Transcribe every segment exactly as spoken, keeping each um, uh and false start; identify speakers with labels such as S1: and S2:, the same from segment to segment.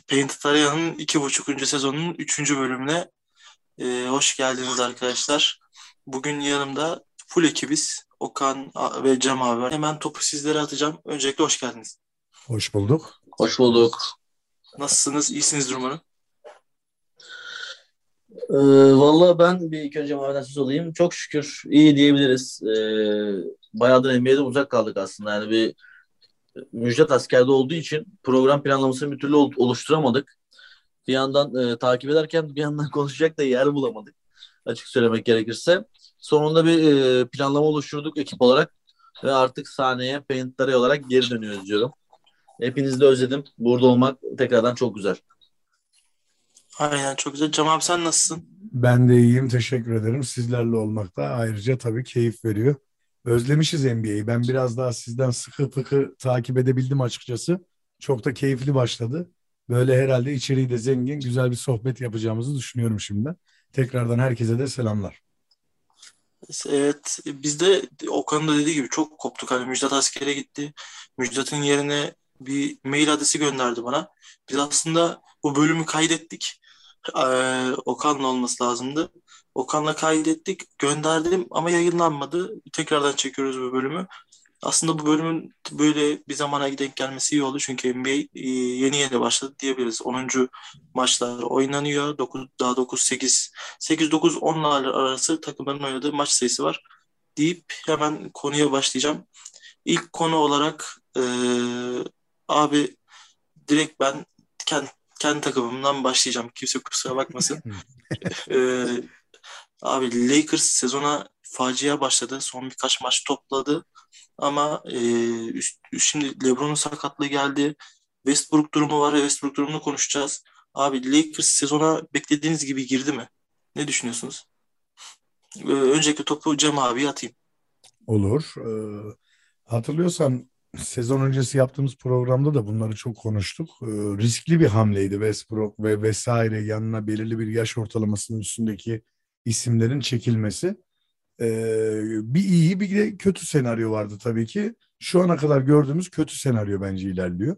S1: Painted Area'nın iki buçukuncu sezonunun üçüncü bölümüne e, hoş geldiniz arkadaşlar. Bugün yanımda full ekibiz. Okan a- ve Cem abi var. Hemen topu sizlere atacağım. Öncelikle hoş geldiniz.
S2: Hoş bulduk.
S3: Hoş bulduk.
S1: Nasılsınız? İyisinizdir umarım.
S3: Ee, Valla ben bir ilk önce mavinden söz olayım. Çok şükür iyi diyebiliriz. Ee, bayağıdır N B A'den uzak kaldık aslında. Yani bir Müjdat askerde olduğu için program planlamasını bir türlü ol- oluşturamadık. Bir yandan e, takip ederken bir yandan konuşacak da yer bulamadık. Açık söylemek gerekirse. Sonunda bir e, planlama oluşturduk ekip olarak. Ve artık sahneye Paint'leri olarak geri dönüyoruz diyorum. Hepinizi de özledim. Burada olmak tekrardan çok güzel.
S1: Aynen, çok güzel. Cem abi sen nasılsın?
S2: Ben de iyiyim. Teşekkür ederim. Sizlerle olmak da ayrıca tabii keyif veriyor. Özlemişiz N B A'yi. Ben biraz daha sizden sıkı fıkı takip edebildim açıkçası. Çok da keyifli başladı. Böyle herhalde içeriği de zengin, güzel bir sohbet yapacağımızı düşünüyorum şimdi. Tekrardan herkese de selamlar.
S1: Evet, biz de Okan'ın da dediği gibi çok koptuk. Hani Müjdat askere gitti. Müjdat'ın yerine bir mail adresi gönderdi bana. Biz aslında bu bölümü kaydettik. Ee, Okan'la olması lazımdı. Okan'la kaydettik, gönderdim ama yayınlanmadı. Tekrardan çekiyoruz bu bölümü. Aslında bu bölümün böyle bir zamana denk gelmesi iyi oldu. Çünkü N B A e, yeni yeni başladı diyebiliriz. onuncu maçlar oynanıyor. dokuz, daha dokuz sekiz sekiz dokuz onlar arası takımların oynadığı maç sayısı var deyip hemen konuya başlayacağım. İlk konu olarak e, abi direkt ben kendi, kendi takımımdan başlayacağım. Kimse kusura bakmasın. E, Abi Lakers sezona facia başladı. Son birkaç maç topladı. Ama e, üst, şimdi LeBron'un sakatlığı geldi. Westbrook durumu var. Westbrook durumunu konuşacağız. Abi Lakers sezona beklediğiniz gibi girdi mi? Ne düşünüyorsunuz? E, öncelikle topu Cem abiye atayım.
S2: Olur. Ee, hatırlıyorsan sezon öncesi yaptığımız programda da bunları çok konuştuk. Ee, riskli bir hamleydi Westbrook ve vesaire yanına belirli bir yaş ortalamasının üstündeki isimlerin çekilmesi. Ee, bir iyi bir de kötü senaryo vardı tabii ki. Şu ana kadar gördüğümüz kötü senaryo bence ilerliyor.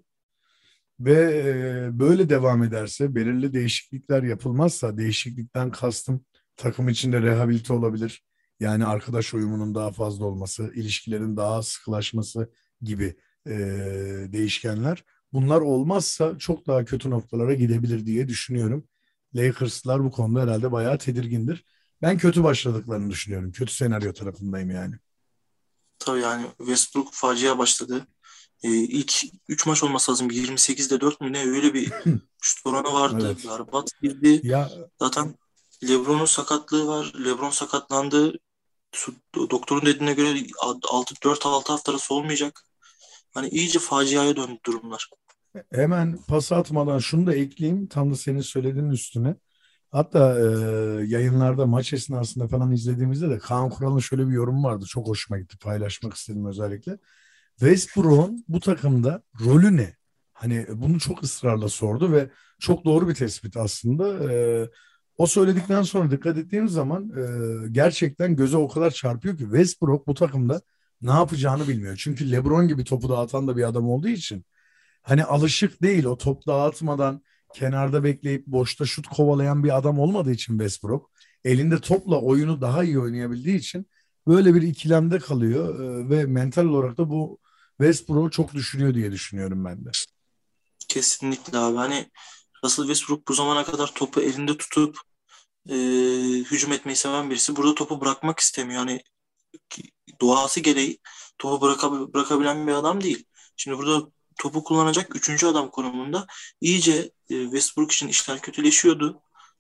S2: Ve e, böyle devam ederse, belirli değişiklikler yapılmazsa, değişiklikten kastım takım içinde rehabilite olabilir. Yani arkadaş uyumunun daha fazla olması, ilişkilerin daha sıkılaşması gibi e, değişkenler. Bunlar olmazsa çok daha kötü noktalara gidebilir diye düşünüyorum. Lakers'lar bu konuda herhalde bayağı tedirgindir. Ben kötü başladıklarını düşünüyorum. Kötü senaryo tarafındayım yani.
S1: Tabii yani Westbrook facia başladı. E, ilk üç maç olması lazım. yirmi sekizde dört mü ne, öyle bir şut oranı vardı.
S2: Evet.
S1: Berbat girdi.
S2: Ya
S1: Zaten LeBron'un sakatlığı var. LeBron sakatlandı. Su- Doktorun dediğine göre altı dört altı hafta arası olmayacak. Hani iyice faciaya döndü durumlar.
S2: hemen pas atmadan şunu da ekleyeyim. Tam da senin söylediğinin üstüne. Hatta e, yayınlarda maç esnasında falan izlediğimizde de Kaan Kural'ın şöyle bir yorum vardı. Çok hoşuma gitti. Paylaşmak istedim özellikle. Westbrook'un bu takımda rolü ne? Hani bunu çok ısrarla sordu ve çok doğru bir tespit aslında. E, o söyledikten sonra dikkat ettiğimiz zaman e, gerçekten göze o kadar çarpıyor ki Westbrook bu takımda ne yapacağını bilmiyor. Çünkü LeBron gibi topu dağıtan da bir adam olduğu için hani alışık değil, o top dağıtmadan kenarda bekleyip boşta şut kovalayan bir adam olmadığı için Westbrook elinde topla oyunu daha iyi oynayabildiği için böyle bir ikilemde kalıyor e, ve mental olarak da bu Westbrook'u çok düşürüyor diye düşünüyorum ben de.
S1: Kesinlikle abi. Hani Russell Westbrook bu zamana kadar topu elinde tutup e, hücum etmeyi seven birisi. Burada topu bırakmak istemiyor. Hani ki- doğası gereği topu bıraka- bırakabilen bir adam değil. Şimdi burada topu kullanacak üçüncü adam konumunda. İyice e, Westbrook için işler kötüleşiyordu.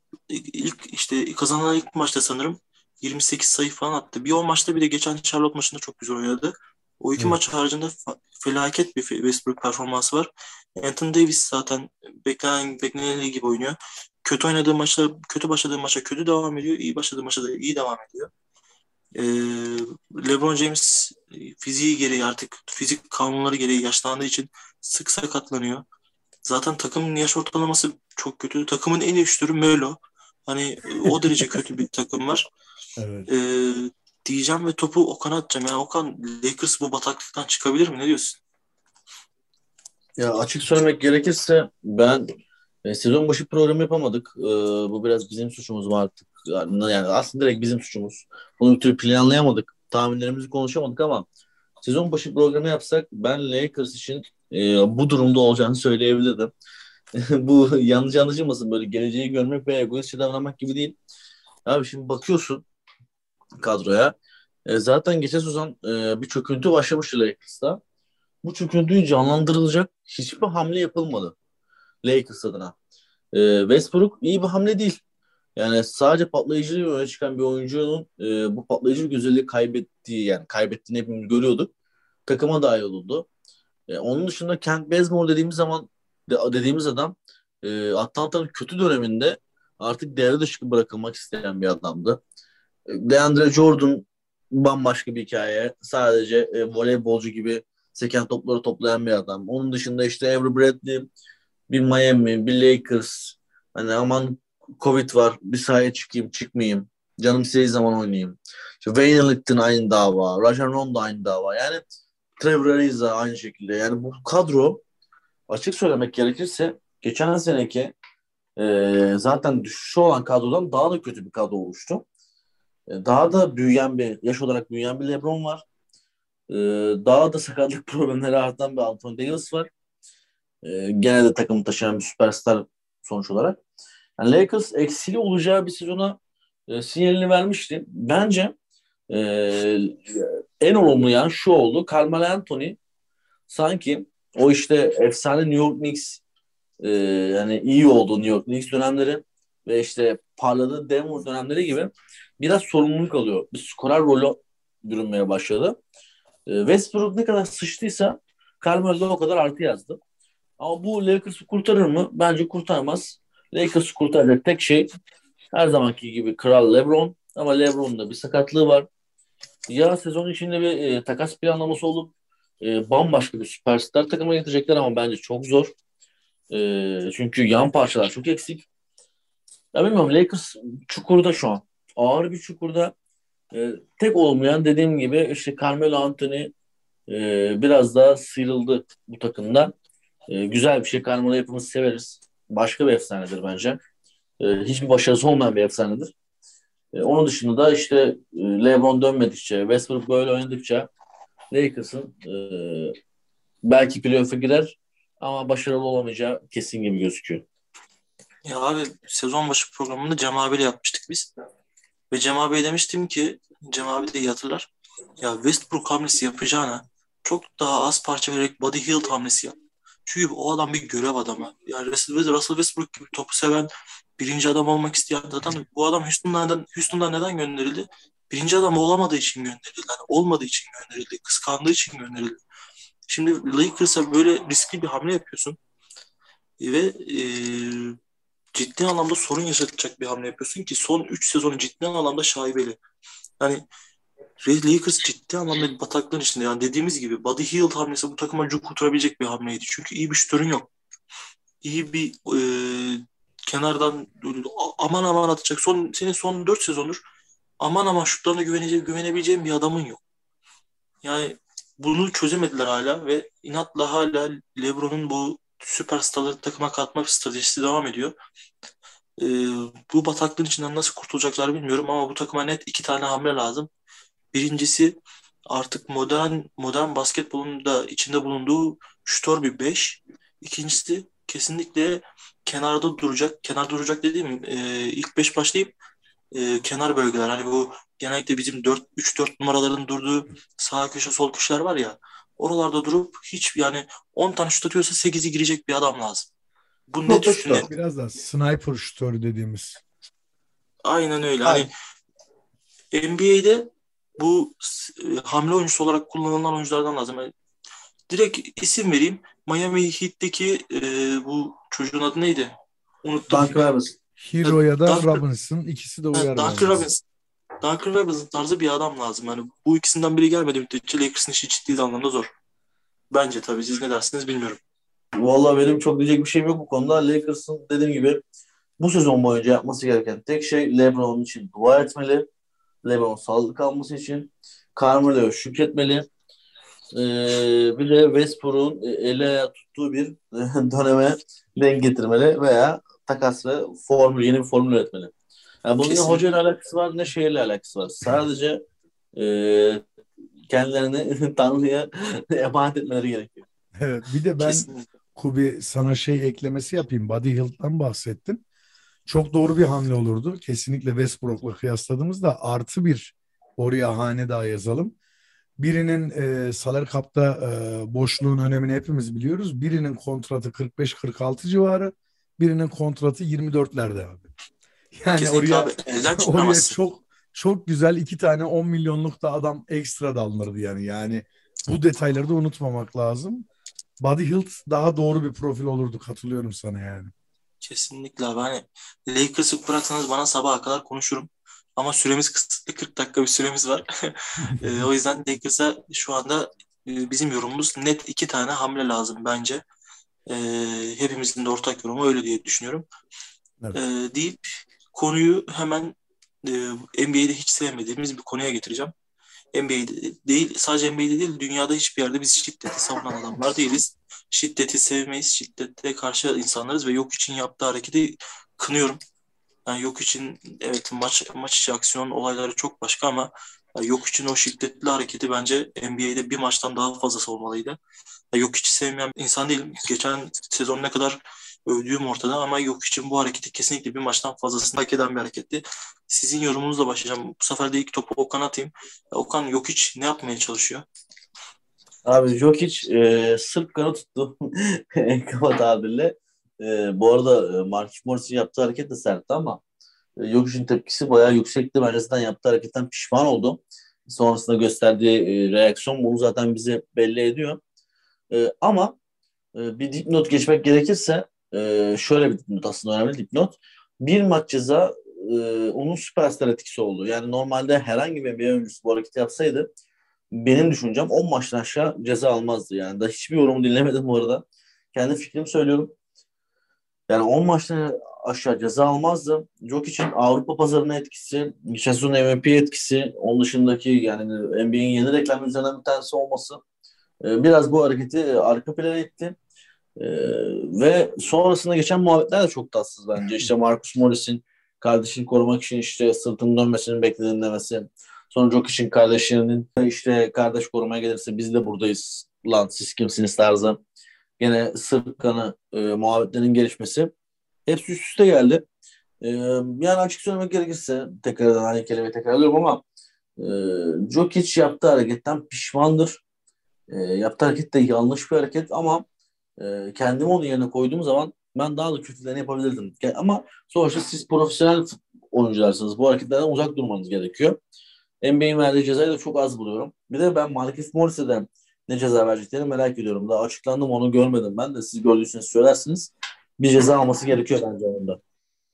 S1: İlk işte kazanan ilk maçta sanırım yirmi sekiz sayı falan attı. Bir o maçta, bir de geçen Charlotte maçında çok güzel oynadı. O iki
S2: Evet.
S1: maç haricinde fa- felaket bir Westbrook performansı var. Anthony Davis zaten beklenen beklenildiği gibi oynuyor. Kötü oynadığı maçta, kötü başladığı maça kötü devam ediyor. İyi başladığı maça da iyi devam ediyor. Ee, LeBron James e, fiziği gereği, artık fizik kanunları gereği yaşlandığı için sık sakatlanıyor. Zaten takımın yaş ortalaması çok kötü. Takımın en iyi şutörü Melo. Hani e, o derece kötü bir takım var.
S2: Evet.
S1: Ee, Diyeceğim ve topu Okan'a atacağım. Yani Okan, Lakers bu bataklıktan çıkabilir mi? Ne diyorsun?
S3: Ya açık söylemek gerekirse ben E, sezon başı programı yapamadık. E, bu biraz bizim suçumuz mu artık? Yani, yani aslında direkt bizim suçumuz. Bunu bir türlü planlayamadık. Tahminlerimizi konuşamadık ama sezon başı programı yapsak ben Lakers için e, bu durumda olacağını söyleyebilirdim. Bu yanlış anlaşılmasın, böyle geleceği görmek veya egoistçe davranmak gibi değil. Abi şimdi bakıyorsun kadroya. E, zaten geçen sezon e, bir çöküntü başlamıştı Lakers'ta. Bu çöküntüyü canlandırılacak hiçbir hamle yapılmadı Lakers adına. E, Westbrook iyi bir hamle değil. Yani sadece patlayıcılığı öne çıkan bir oyuncunun e, bu patlayıcı güzelliği kaybettiği, yani kaybettiğini hepimiz görüyorduk. Takıma dahil oldu. E, onun dışında Kent Bazemore dediğimiz zaman de, dediğimiz adam e, Atlanta'nın kötü döneminde artık devre dışı bırakılmak isteyen bir adamdı. E, DeAndre Jordan bambaşka bir hikaye. Sadece e, voleybolcu gibi seken topları toplayan bir adam. Onun dışında işte Avery Bradley, bir Miami, bir Lakers. Hani aman Covid var, bir sahaya çıkayım, çıkmayayım. Canım istediği zaman oynayayım. İşte Wayne Ellington aynı dava. Rajon Rondo aynı dava. Yani Trevor Ariza aynı şekilde. Yani bu kadro, açık söylemek gerekirse, geçen seneki e, zaten düşüşü olan kadrodan daha da kötü bir kadro oluştu. E, daha da büyüyen bir, yaş olarak büyüyen bir LeBron var. E, daha da sakatlık problemleri artan bir Anthony Davis var. E, gene de takımı taşıyan bir süperstar sonuç olarak. Yani Lakers eksili olacağı bir sezona e, sinyalini vermişti. Bence e, en olumlu yan şu oldu. Carmelo Anthony sanki o işte efsane New York Knicks, e, yani iyi oldu New York Knicks dönemleri ve işte parladığı Denver dönemleri gibi biraz sorumluluk alıyor. Bir skorer rolü bürünmeye başladı. E, Westbrook ne kadar sıçtıysa Carmelo da o kadar artı yazdı. Ama bu Lakers'ı kurtarır mı? Bence kurtarmaz. Lakers'ı kurtaracak tek şey her zamanki gibi Kral LeBron. Ama LeBron'un da bir sakatlığı var. Ya sezon içinde bir e, takas planlaması olup e, bambaşka bir süperstar takıma getirecekler ama bence çok zor. E, çünkü yan parçalar çok eksik. Ya bilmiyorum, Lakers çukurda şu an. Ağır bir çukurda. E, tek olmayan dediğim gibi işte Carmelo Anthony e, biraz daha sıyrıldı bu takımdan. E, güzel bir şey. Carmelo hepimiz severiz. Başka bir efsanedir bence. E, hiçbir başarısı olmayan bir efsanedir. E, onun dışında da işte e, LeBron dönmedikçe, Westbrook böyle oynadıkça Lakers'ın e, belki playoff'a girer ama başarılı olamayacağı kesin gibi gözüküyor.
S1: Ya abi sezon başı programında Cem abiyle yapmıştık biz. Ve Cem abiye demiştim ki, Cem abi de iyi hatırlar. Ya Westbrook hamlesi yapacağına çok daha az parça vererek Buddy Hield hamlesi yap. Çünkü o adam bir görev adamı. Yani Russell Russell Westbrook gibi topu seven, birinci adam olmak isteyen adam. Bu adam Houston'dan, Houston'dan neden gönderildi? Birinci adam olamadığı için gönderildi. Yani olmadığı için gönderildi. Kıskandığı için gönderildi. Şimdi Lakers'a böyle riskli bir hamle yapıyorsun. Ve e, ciddi anlamda sorun yaşatacak bir hamle yapıyorsun ki son üç sezonu ciddi anlamda şaibeli. Yani Lakers ciddi anlamda bir bataklığın içinde. Yani dediğimiz gibi Buddy Hield hamlesi bu takıma cuk kurtarabilecek bir hamleydi. Çünkü iyi bir şutörün yok. İyi bir e, kenardan aman aman atacak. Son, senin son dört sezondur aman aman şutlarına güveneceğin, güvenebileceğin bir adamın yok. Yani bunu çözemediler hala ve inatla hala LeBron'un bu süperstarları takıma katma stratejisi devam ediyor. Ee, bu bataklığın içinden nasıl kurtulacaklar bilmiyorum ama bu takıma net iki tane hamle lazım. Birincisi artık modern modern basketbolun da içinde bulunduğu şutör bir beş. İkincisi kesinlikle kenarda duracak. Kenarda duracak dediğim e, ilk beş başlayıp e, kenar bölgeler. Hani bu genellikle bizim dört üç dört numaraların durduğu sağ köşe sol köşeler var ya. Oralarda durup hiç yani on tane şut atıyorsa sekizi girecek bir adam lazım. Bu net
S3: Nokta
S1: üstü
S3: şutu.
S1: net.
S2: Biraz da sniper şutörü dediğimiz.
S1: Aynen öyle. Hani
S3: Aynen.
S1: N B A'de bu e, hamle oyuncusu olarak kullanılan oyunculardan lazım. Yani direkt isim vereyim. Miami Heat'teki e, bu çocuğun adı neydi? Unuttum.
S3: Duncan Robinson.
S1: E,
S2: Hero ya da
S1: Duncan,
S2: Robinson ikisi de
S1: e,
S2: uyar
S1: Duncan
S2: bence.
S1: Robinson. Duncan Robinson tarzı bir adam lazım. Yani bu ikisinden biri gelmedi müddetçe Lakers'ın işi ciddi anlamda zor. Bence tabii. Siz ne dersiniz bilmiyorum.
S3: Vallahi benim çok diyecek bir şeyim yok bu konuda. Lakers'ın dediğim gibi bu sezon boyunca yapması gereken tek şey LeBron için dua etmeli. LeBron sağlıklı kalması için Carmelo'ya şükretmeli. Ee, bir de Westbrook'un ele ayağı tuttuğu bir döneme denk getirmeli veya takas ve formül, yeni bir formül üretmeli. Yani bunun ne hocayla
S1: Kesinlikle.
S3: alakası var ne şeyle alakası var. Sadece e, kendilerini Tanrı'ya emanet etmeleri gerekiyor.
S2: Evet, bir de ben
S1: Kesinlikle.
S2: Kubi sana şey eklemesi yapayım. Buddy Hield'dan bahsettin. Çok doğru bir hamle olurdu. Kesinlikle Westbrook'la kıyasladığımızda artı bir oraya hane daha yazalım. Birinin e, salary cap'ta e, boşluğun önemini hepimiz biliyoruz. Birinin kontratı kırk beş kırk altı civarı, birinin kontratı yirmi dörtlerde abi. Yani
S1: Kesinlikle abi.
S2: oraya
S1: Elden
S2: oraya
S1: çıkmaması.
S2: çok çok güzel iki tane on milyonluk da adam ekstra da alınırdı yani. Yani bu detayları da unutmamak lazım. Buddy Hield daha doğru bir profil olurdu. Katılıyorum sana yani.
S1: Kesinlikle abi. Hani Lakers'ı bıraksanız bana sabaha kadar konuşurum. Ama süremiz kısıtlı. kırk dakika bir süremiz var. E, o yüzden Lakers'a şu anda e, bizim yorumumuz net iki tane hamle lazım bence. E, Hepimizin de ortak yorumu öyle diye düşünüyorum. E,
S2: Evet.
S1: deyip konuyu hemen e, N B A'de hiç sevmediğimiz bir konuya getireceğim. N B A'de değil, sadece N B A'de değil, dünyada hiçbir yerde biz şiddeti savunan adamlar değiliz. Şiddeti sevmeyiz, şiddete karşı insanlarız ve yok için yaptığı hareketi kınıyorum. Yani yok için evet maç maç içi aksiyon olayları çok başka ama yani yok için o şiddetli hareketi bence N B A'de bir maçtan daha fazla savunmalıydı. Yani yok içi sevmeyen bir insan değilim. Geçen sezon ne kadar övdüğüm ortada ama yok için bu hareketi kesinlikle bir maçtan fazlasını hak eden bir hareketti. Sizin yorumunuzla başlayacağım. Bu sefer de ilk topu Okan'a atayım. Ya Okan yok hiç ne yapmaya çalışıyor?
S3: Abi Jokic e, Sırp kanı tuttu. En kaba tabirle. E, bu arada e, Markieff Morris'in yaptığı hareket de sertti ama e, Jokic'in tepkisi bayağı yüksekti. Bence zaten yaptığı hareketten pişman oldu. Sonrasında gösterdiği e, reaksiyon bunu zaten bize belli ediyor. E, ama e, bir dipnot geçmek gerekirse e, şöyle bir dipnot, aslında önemli dipnot. Bir maç ceza e, onun süperstar etkisi oldu. Yani normalde herhangi bir N B A oyuncusu bu hareketi yapsaydı benim düşüncem on maçtan aşağı ceza almazdı. Yani da hiçbir yorumu dinlemedim bu arada. Kendi fikrimi söylüyorum. Yani on maçtan aşağı ceza almazdı. Jokic'in Avrupa pazarına etkisi, geçen sezon M V P etkisi, onun dışındaki yani N B A'in yeni reklam üzerinden bir tanesi olması e, biraz bu hareketi e, arka plana itti. E, ve sonrasında geçen muhabbetler de çok tatsız bence. İşte Marcus Morris'in kardeşini korumak için işte sırtının dönmesini beklediğini demesi. Sonra Jokic'in kardeşinin işte kardeş korumaya gelirse biz de buradayız. Lan siz kimsiniz tarzı. Gene Sırp kanı e, muhabbetlerin gelişmesi. Hepsi üst üste geldi. E, yani açık söylemek gerekirse tekrardan aynı kelimeyi tekrarlıyorum ama e, Jokic yaptığı hareketten pişmandır. E, yaptığı hareket de yanlış bir hareket ama e, kendimi onun yerine koyduğum zaman ben daha da kötülerini yapabilirdim. Ge- Ama sonuçta siz profesyonel oyuncularsınız. Bu hareketlerden uzak durmanız gerekiyor. N B A'in verdiği cezayı da çok az buluyorum. Bir de ben Marcus Morris'e ne ceza vereceklerini merak ediyorum. Daha açıklandı mı onu görmedim ben de. Siz gördüyseniz söylersiniz. Bir ceza alması gerekiyor bence onun da.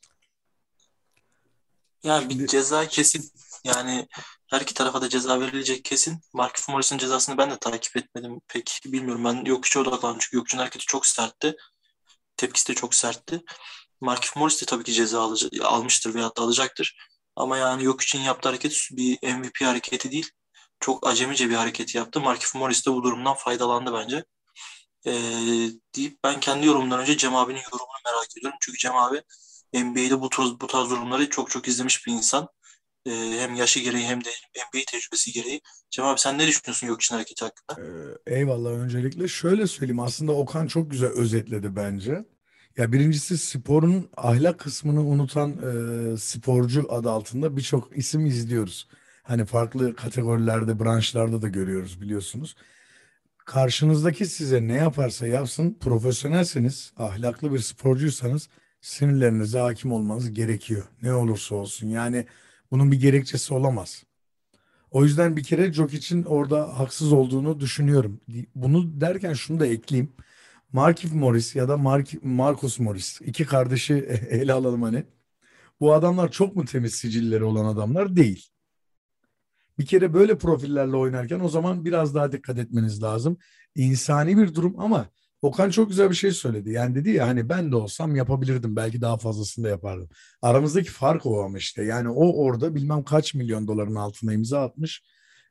S1: Yani bir
S2: Şimdi
S1: ceza kesin. Yani her iki tarafa da ceza verilecek kesin. Markieff Morris'in cezasını ben de takip etmedim. Pek bilmiyorum. Ben Jokic'e odaklandım çünkü Jokic'in hareketi çok sertti. Tepkisi de çok sertti. Markieff Morris de tabii ki ceza alıcı, almıştır veyahut da alacaktır. Ama yani Jokic'in yaptığı hareket bir M V P hareketi değil. Çok acemice bir hareket yaptı. Markieff Morris de bu durumdan faydalandı bence. Ee, deyip ben kendi yorumumdan önce Cem abinin yorumunu merak ediyorum. Çünkü Cem abi N B A'de bu tarz, bu tarz durumları çok çok izlemiş bir insan. Ee, hem yaşı gereği hem de N B A tecrübesi gereği. Cem abi sen ne düşünüyorsun Jokic'in hareketi hakkında?
S2: e, eyvallah öncelikle. Şöyle söyleyeyim. Aslında Okan çok güzel özetledi bence. Ya birincisi sporun ahlak kısmını unutan e, sporcu adı altında birçok isim izliyoruz. Hani farklı kategorilerde, branşlarda da görüyoruz biliyorsunuz. Karşınızdaki size ne yaparsa yapsın, profesyonelseniz, ahlaklı bir sporcuysanız sinirlerinize hakim olmanız gerekiyor. Ne olursa olsun. Yani bunun bir gerekçesi olamaz. O yüzden bir kere Jokic'in orada haksız olduğunu düşünüyorum. Bunu derken şunu da ekleyeyim. Markieff Morris ya da Mark Marcus Morris iki kardeşi ele alalım hani. Bu adamlar çok mu temiz sicilleri olan adamlar? Değil. Bir kere böyle profillerle oynarken o zaman biraz daha dikkat etmeniz lazım. İnsani bir durum ama Okan çok güzel bir şey söyledi. Yani dedi ya hani ben de olsam yapabilirdim. Belki daha fazlasını da yapardım. Aramızdaki fark o ama işte. Yani o orada bilmem kaç milyon doların altına imza atmış.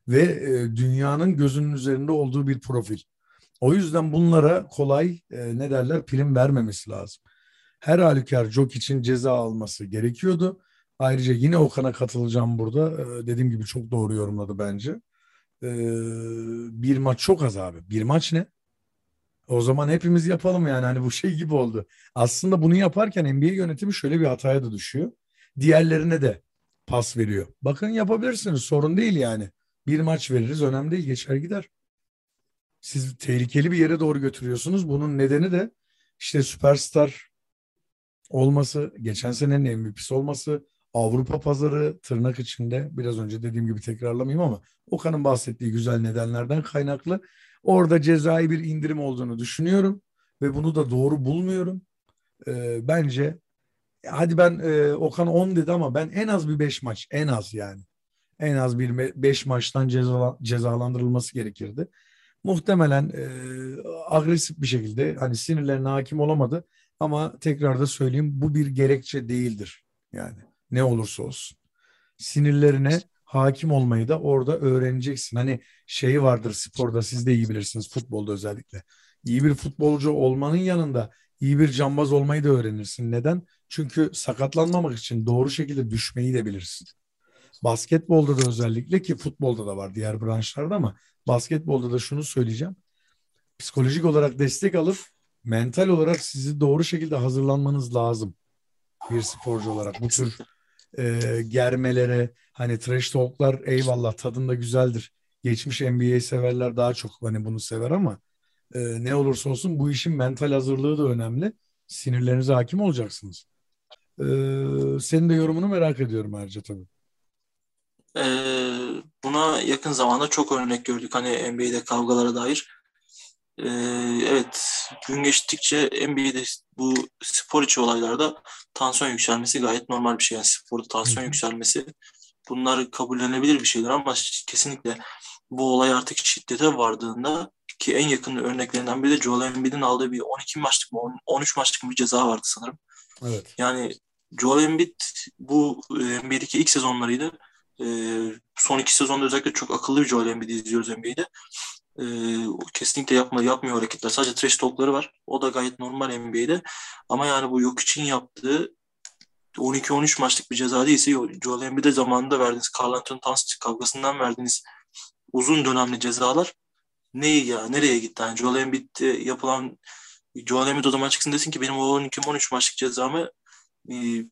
S2: ve e, dünyanın gözünün üzerinde olduğu bir profil. O yüzden bunlara kolay e, ne derler prim vermemesi lazım. Her halükarda Djokic'in ceza alması gerekiyordu. Ayrıca yine Okan'a katılacağım burada. E, dediğim gibi çok doğru yorumladı bence. E, bir maç çok az abi. Bir maç ne? O zaman hepimiz yapalım yani hani bu şey gibi oldu. Aslında bunu yaparken N B A yönetimi şöyle bir hataya da düşüyor. Diğerlerine de pas veriyor. Bakın yapabilirsiniz sorun değil yani. Bir maç veririz önemli değil geçer gider. Siz tehlikeli bir yere doğru götürüyorsunuz. Bunun nedeni de işte süperstar olması, geçen senenin M V P'si olması, Avrupa pazarı tırnak içinde biraz önce dediğim gibi tekrarlamayayım ama Okan'ın bahsettiği güzel nedenlerden kaynaklı. Orada cezai bir indirim olduğunu düşünüyorum ve bunu da doğru bulmuyorum. Ee, bence hadi ben e, Okan on dedi ama ben en az bir beş maç en az yani. En az bir beş maçtan ceza, cezalandırılması gerekirdi. Muhtemelen e, agresif bir şekilde hani sinirlerine hakim olamadı ama tekrar da söyleyeyim bu bir gerekçe değildir. Yani ne olursa olsun. Sinirlerine hakim olmayı da orada öğreneceksin. Hani şey vardır sporda siz de iyi bilirsiniz futbolda özellikle. İyi bir futbolcu olmanın yanında iyi bir cambaz olmayı da öğrenirsin. Neden? Çünkü sakatlanmamak için doğru şekilde düşmeyi de bilirsin. Basketbolda da özellikle ki futbolda da var diğer branşlarda ama basketbolda da şunu söyleyeceğim. Psikolojik olarak destek alıp mental olarak sizi doğru şekilde hazırlanmanız lazım bir sporcu olarak. Bu tür e, germelere hani trash talk'lar eyvallah tadında güzeldir. Geçmiş N B A severler daha çok hani bunu sever ama e, ne olursa olsun bu işin mental hazırlığı da önemli. Sinirlerinize hakim olacaksınız. E, senin de yorumunu merak ediyorum ayrıca tabii.
S1: Ee, buna yakın zamanda çok örnek gördük hani N B A'de kavgalara dair. Ee, evet, gün geçtikçe N B A'de bu spor içi olaylarda tansiyon yükselmesi gayet normal bir şey. Yani sporda
S2: Hı
S1: tansiyon
S2: hı.
S1: yükselmesi bunlar kabullenebilir bir şeyler ama kesinlikle bu olay artık şiddete vardığında ki en yakın örneklerinden biri de Joel Embiid'in aldığı bir on iki maçlık mı on üç maçlık mı bir ceza vardı sanırım.
S2: Evet.
S1: Yani Joel Embiid bu N B A'deki ilk sezonlarıydı. Ee, son iki sezonda özellikle çok akıllı bir Joel Embiid'i izliyoruz N B A'de. Ee, kesinlikle yapma, yapmıyor hareketler. Sadece trash talk'ları var. O da gayet normal N B A'de. Ama yani bu yok için yaptığı on iki on üç maçlık bir ceza değilse Joel Embiid'e zamanında verdiğiniz Karl Anthony Towns kavgasından verdiğiniz uzun dönemli cezalar ne ya? Nereye gitti? Yani Joel Embiid'de yapılan Joel Embiid o zaman çıksın desin ki benim o on iki on üç maçlık cezamı e,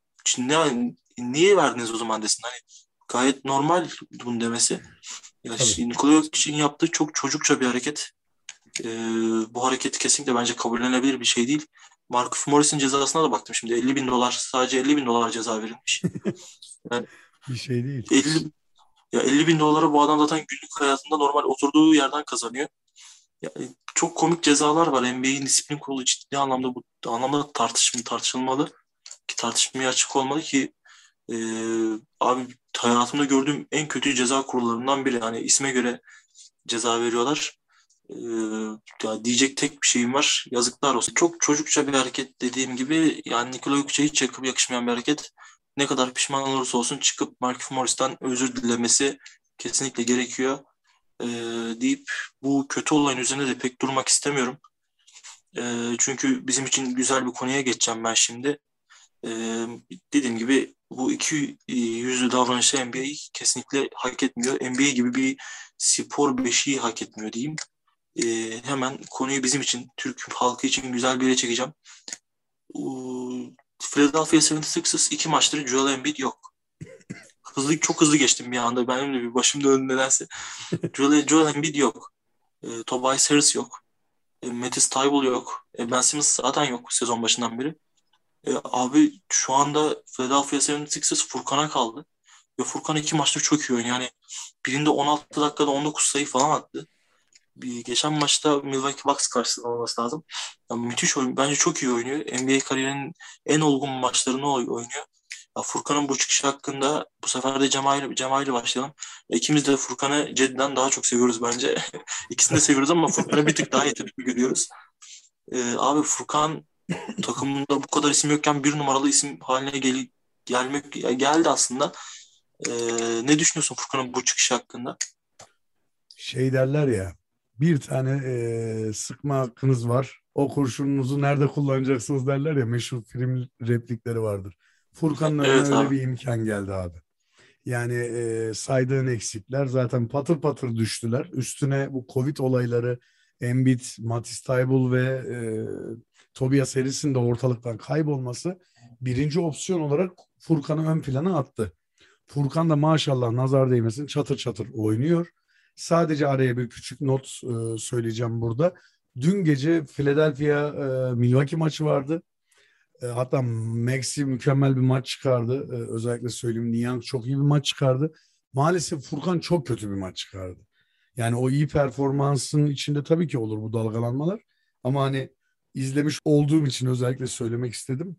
S1: ne, niye verdiniz o zaman desin. Hani gayet normal bunu demesi. Ya
S2: Tabii.
S1: Nikola Jokic'in yaptığı çok çocukça bir hareket. Ee, bu hareketi kesinlikle bence kabullenebilir bir şey değil. Marcus Morris'in cezasına da baktım şimdi elli bin dolar sadece elli bin dolar ceza verilmiş. Yani
S2: Bir şey değil.
S1: elli, ya elli bin dolara bu adam zaten günlük hayatında normal oturduğu yerden kazanıyor. Yani çok komik cezalar var. N B A'in disiplin kurulu ciddi anlamda bu anlamda tartışma tartışılmalı ki tartışmaya açık olmalı ki e, abi hayatımda gördüğüm en kötü ceza kurullarından biri. Hani isme göre ceza veriyorlar. Ee, ya diyecek tek bir şeyim var. Yazıklar olsun. Çok çocukça bir hareket dediğim gibi. Yani Nikola Jokic'e hiç yakıp yakışmayan bir hareket. Ne kadar pişman olursa olsun çıkıp Markieff Morris'ten özür dilemesi kesinlikle gerekiyor. Ee, deyip bu kötü olayın üzerine de pek durmak istemiyorum. Ee, çünkü bizim için güzel bir konuya geçeceğim ben şimdi. Ee, dediğim gibi bu iki yüzlü davranışı N B A kesinlikle hak etmiyor. N B A gibi bir spor beşiği hak etmiyor diyeyim. Ee, hemen konuyu bizim için, Türk halkı için güzel bir yere çekeceğim. Ee, Philadelphia yetmiş altılar iki maçtır Joel Embiid yok. Hızlı, çok hızlı geçtim bir anda. Benim de bir başım döndü nedense. Joel, Joel Embiid yok. Ee, Tobias Harris yok. E, Matisse Thybulle yok. E, Ben Simmons zaten yok sezon başından beri. E, abi şu anda Philadelphia yetmiş altılar Furkan'a kaldı. Ve Furkan iki maçta çok iyi oynuyor. Yani birinde on altı dakikada on dokuz sayı falan attı. Bir, geçen maçta Milwaukee Bucks karşısında olması lazım. Yani müthiş oyun. Bence çok iyi oynuyor. N B A kariyerinin en olgun maçlarını oynuyor. Ya Furkan'ın bu çıkışı hakkında bu sefer de Cemal Cemal'le başlayalım. İkimiz de Furkan'ı Cedi'den daha çok seviyoruz bence. İkisini de seviyoruz ama Furkan'ı bir tık daha yetenekli görüyoruz. Ee, abi Furkan takımında bu kadar isim yokken bir numaralı isim haline gel gelmek geldi aslında. Ee, ne düşünüyorsun Furkan'ın bu çıkışı hakkında?
S2: Şey derler ya, bir tane e, sıkma hakkınız var. O kurşununuzu nerede kullanacaksınız derler ya, meşhur film replikleri vardır. Furkan'ın önüne
S1: Evet
S2: öyle
S1: abi.
S2: bir imkan geldi abi. Yani e, saydığın eksikler zaten patır patır düştüler. Üstüne bu Covid olayları, Embiid, Matisse Thybulle ve e, Tobias Harris'in de ortalıktan kaybolması birinci opsiyon olarak Furkan'ı ön plana attı. Furkan da maşallah nazar değmesin çatır çatır oynuyor. Sadece araya bir küçük not e, söyleyeceğim burada. Dün gece Philadelphia e, Milwaukee maçı vardı. E, hatta Maxi mükemmel bir maç çıkardı. E, özellikle söyleyeyim, Niang çok iyi bir maç çıkardı. Maalesef Furkan çok kötü bir maç çıkardı. Yani o iyi performansın içinde tabii ki olur bu dalgalanmalar. Ama hani izlemiş olduğum için özellikle söylemek istedim.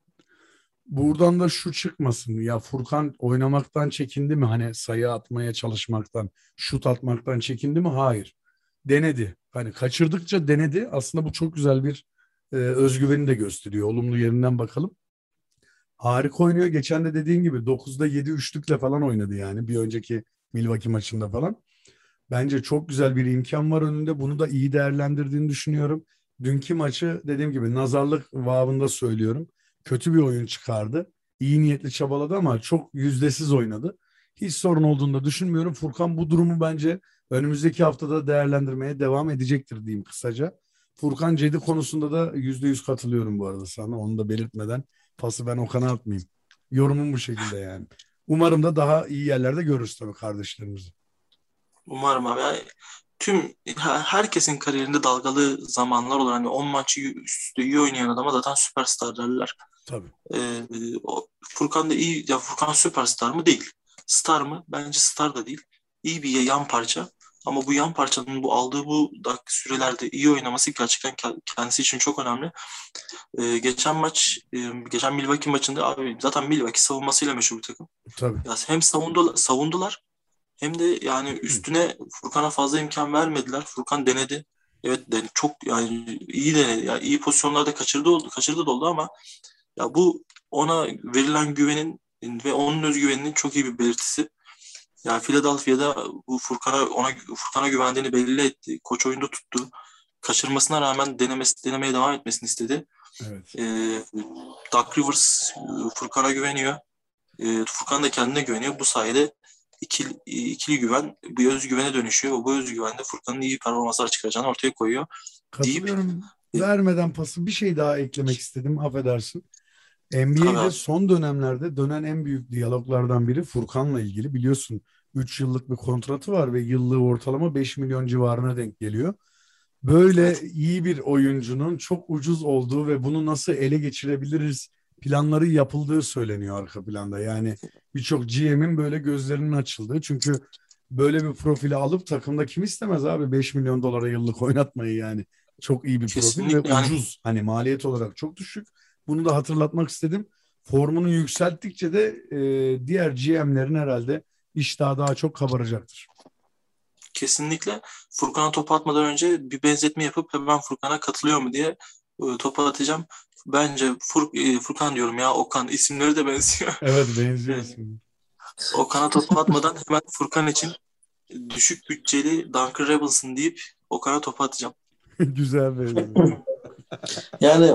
S2: Buradan da şu çıkmasın. Ya Furkan oynamaktan çekindi mi? Hani sayı atmaya çalışmaktan, şut atmaktan çekindi mi? Hayır. Denedi. Hani kaçırdıkça denedi. Aslında bu çok güzel bir e, özgüveni de gösteriyor. Olumlu yerinden bakalım. Harika oynuyor. Geçen de dediğin gibi dokuzda yedi üçlükle falan oynadı yani. Bir önceki Milwaukee maçında falan. Bence çok güzel bir imkan var önünde. Bunu da iyi değerlendirdiğini düşünüyorum. Dünkü maçı dediğim gibi nazarlık vabında söylüyorum. Kötü bir oyun çıkardı. İyi niyetli çabaladı ama çok yüzdesiz oynadı. Hiç sorun olduğunu da düşünmüyorum. Furkan bu durumu bence önümüzdeki haftada değerlendirmeye devam edecektir diyeyim kısaca. Furkan Cedi konusunda da yüzde yüz katılıyorum bu arada sana. Onu da belirtmeden pası ben Okan'a atmayayım. Yorumum bu şekilde yani. Umarım da daha iyi yerlerde görürüz tabii kardeşlerimizi.
S1: Umarım abi. Yani tüm her- herkesin kariyerinde dalgalı zamanlar olur. Hani on maçı üst üste iyi oynayan adama zaten süperstar derler.
S2: Tabii.
S1: Ee, o, Furkan da iyi. Ya Furkan süperstar mı? Değil. Star mı? Bence star da değil. İyi bir yan parça. Ama bu yan parçanın bu aldığı bu dak sürelerde iyi oynaması gerçekten ke- kendisi için çok önemli. Ee, geçen maç, e, geçen Milwaukee maçında abi zaten Milwaukee savunmasıyla meşhur bir takım.
S2: Tabii.
S1: Ya hem savundular, savundular hem de yani üstüne Furkan'a fazla imkan vermediler. Furkan denedi. Evet den çok yani iyi denedi. Yani iyi pozisyonlarda kaçırdı oldu, kaçırdı da oldu ama ya bu ona verilen güvenin ve onun özgüveninin çok iyi bir belirtisi. Yani Philadelphia'da bu Furkan'a ona Furkan'a güvendiğini belli etti. Koç oyunda tuttu. Kaçırmasına rağmen denemesi denemeye devam etmesini istedi.
S2: Evet.
S1: Ee, Doug Rivers e, Furkan'a güveniyor. Ee, Furkan da kendine güveniyor. Bu sayede ikili, ikili güven bir özgüvene dönüşüyor. Ve bu özgüven de Furkan'ın iyi performanslar çıkaracağını ortaya koyuyor deyip
S2: Katılıyorum.
S1: e,
S2: Vermeden pası bir şey daha eklemek istedim. Affedersin.
S1: tabii
S2: N B A'de
S1: abi.
S2: son dönemlerde dönen en büyük diyaloglardan biri Furkan'la ilgili. Biliyorsun üç yıllık bir kontratı var ve yıllığı ortalama beş milyon civarına denk geliyor. Böyle
S1: Evet.
S2: iyi bir oyuncunun çok ucuz olduğu ve bunu nasıl ele geçirebiliriz planları yapıldığı söyleniyor arka planda. Yani birçok G M'in böyle gözlerinin açıldığı. Çünkü böyle bir profili alıp takımda kim istemez abi beş milyon dolara yıllık oynatmayı yani. Çok iyi bir profil ve
S1: Kesinlikle yani
S2: ucuz. Hani maliyet olarak çok düşük. Bunu da hatırlatmak istedim. Formunu yükselttikçe de e, diğer G M'lerin herhalde iştahı daha çok kabaracaktır.
S1: kesinlikle Furkan'a topu atmadan önce bir benzetme yapıp hemen Furkan'a katılıyor mu diye e, topu atacağım. Bence Fur, e, Furkan diyorum ya Okan isimleri de benziyor.
S2: Evet,
S1: E,
S2: benziyorsun.
S1: Okan'a topu atmadan hemen Furkan için düşük bütçeli Duncan Robinson deyip Okan'a topu atacağım.
S2: Güzel benziyor.
S3: Yani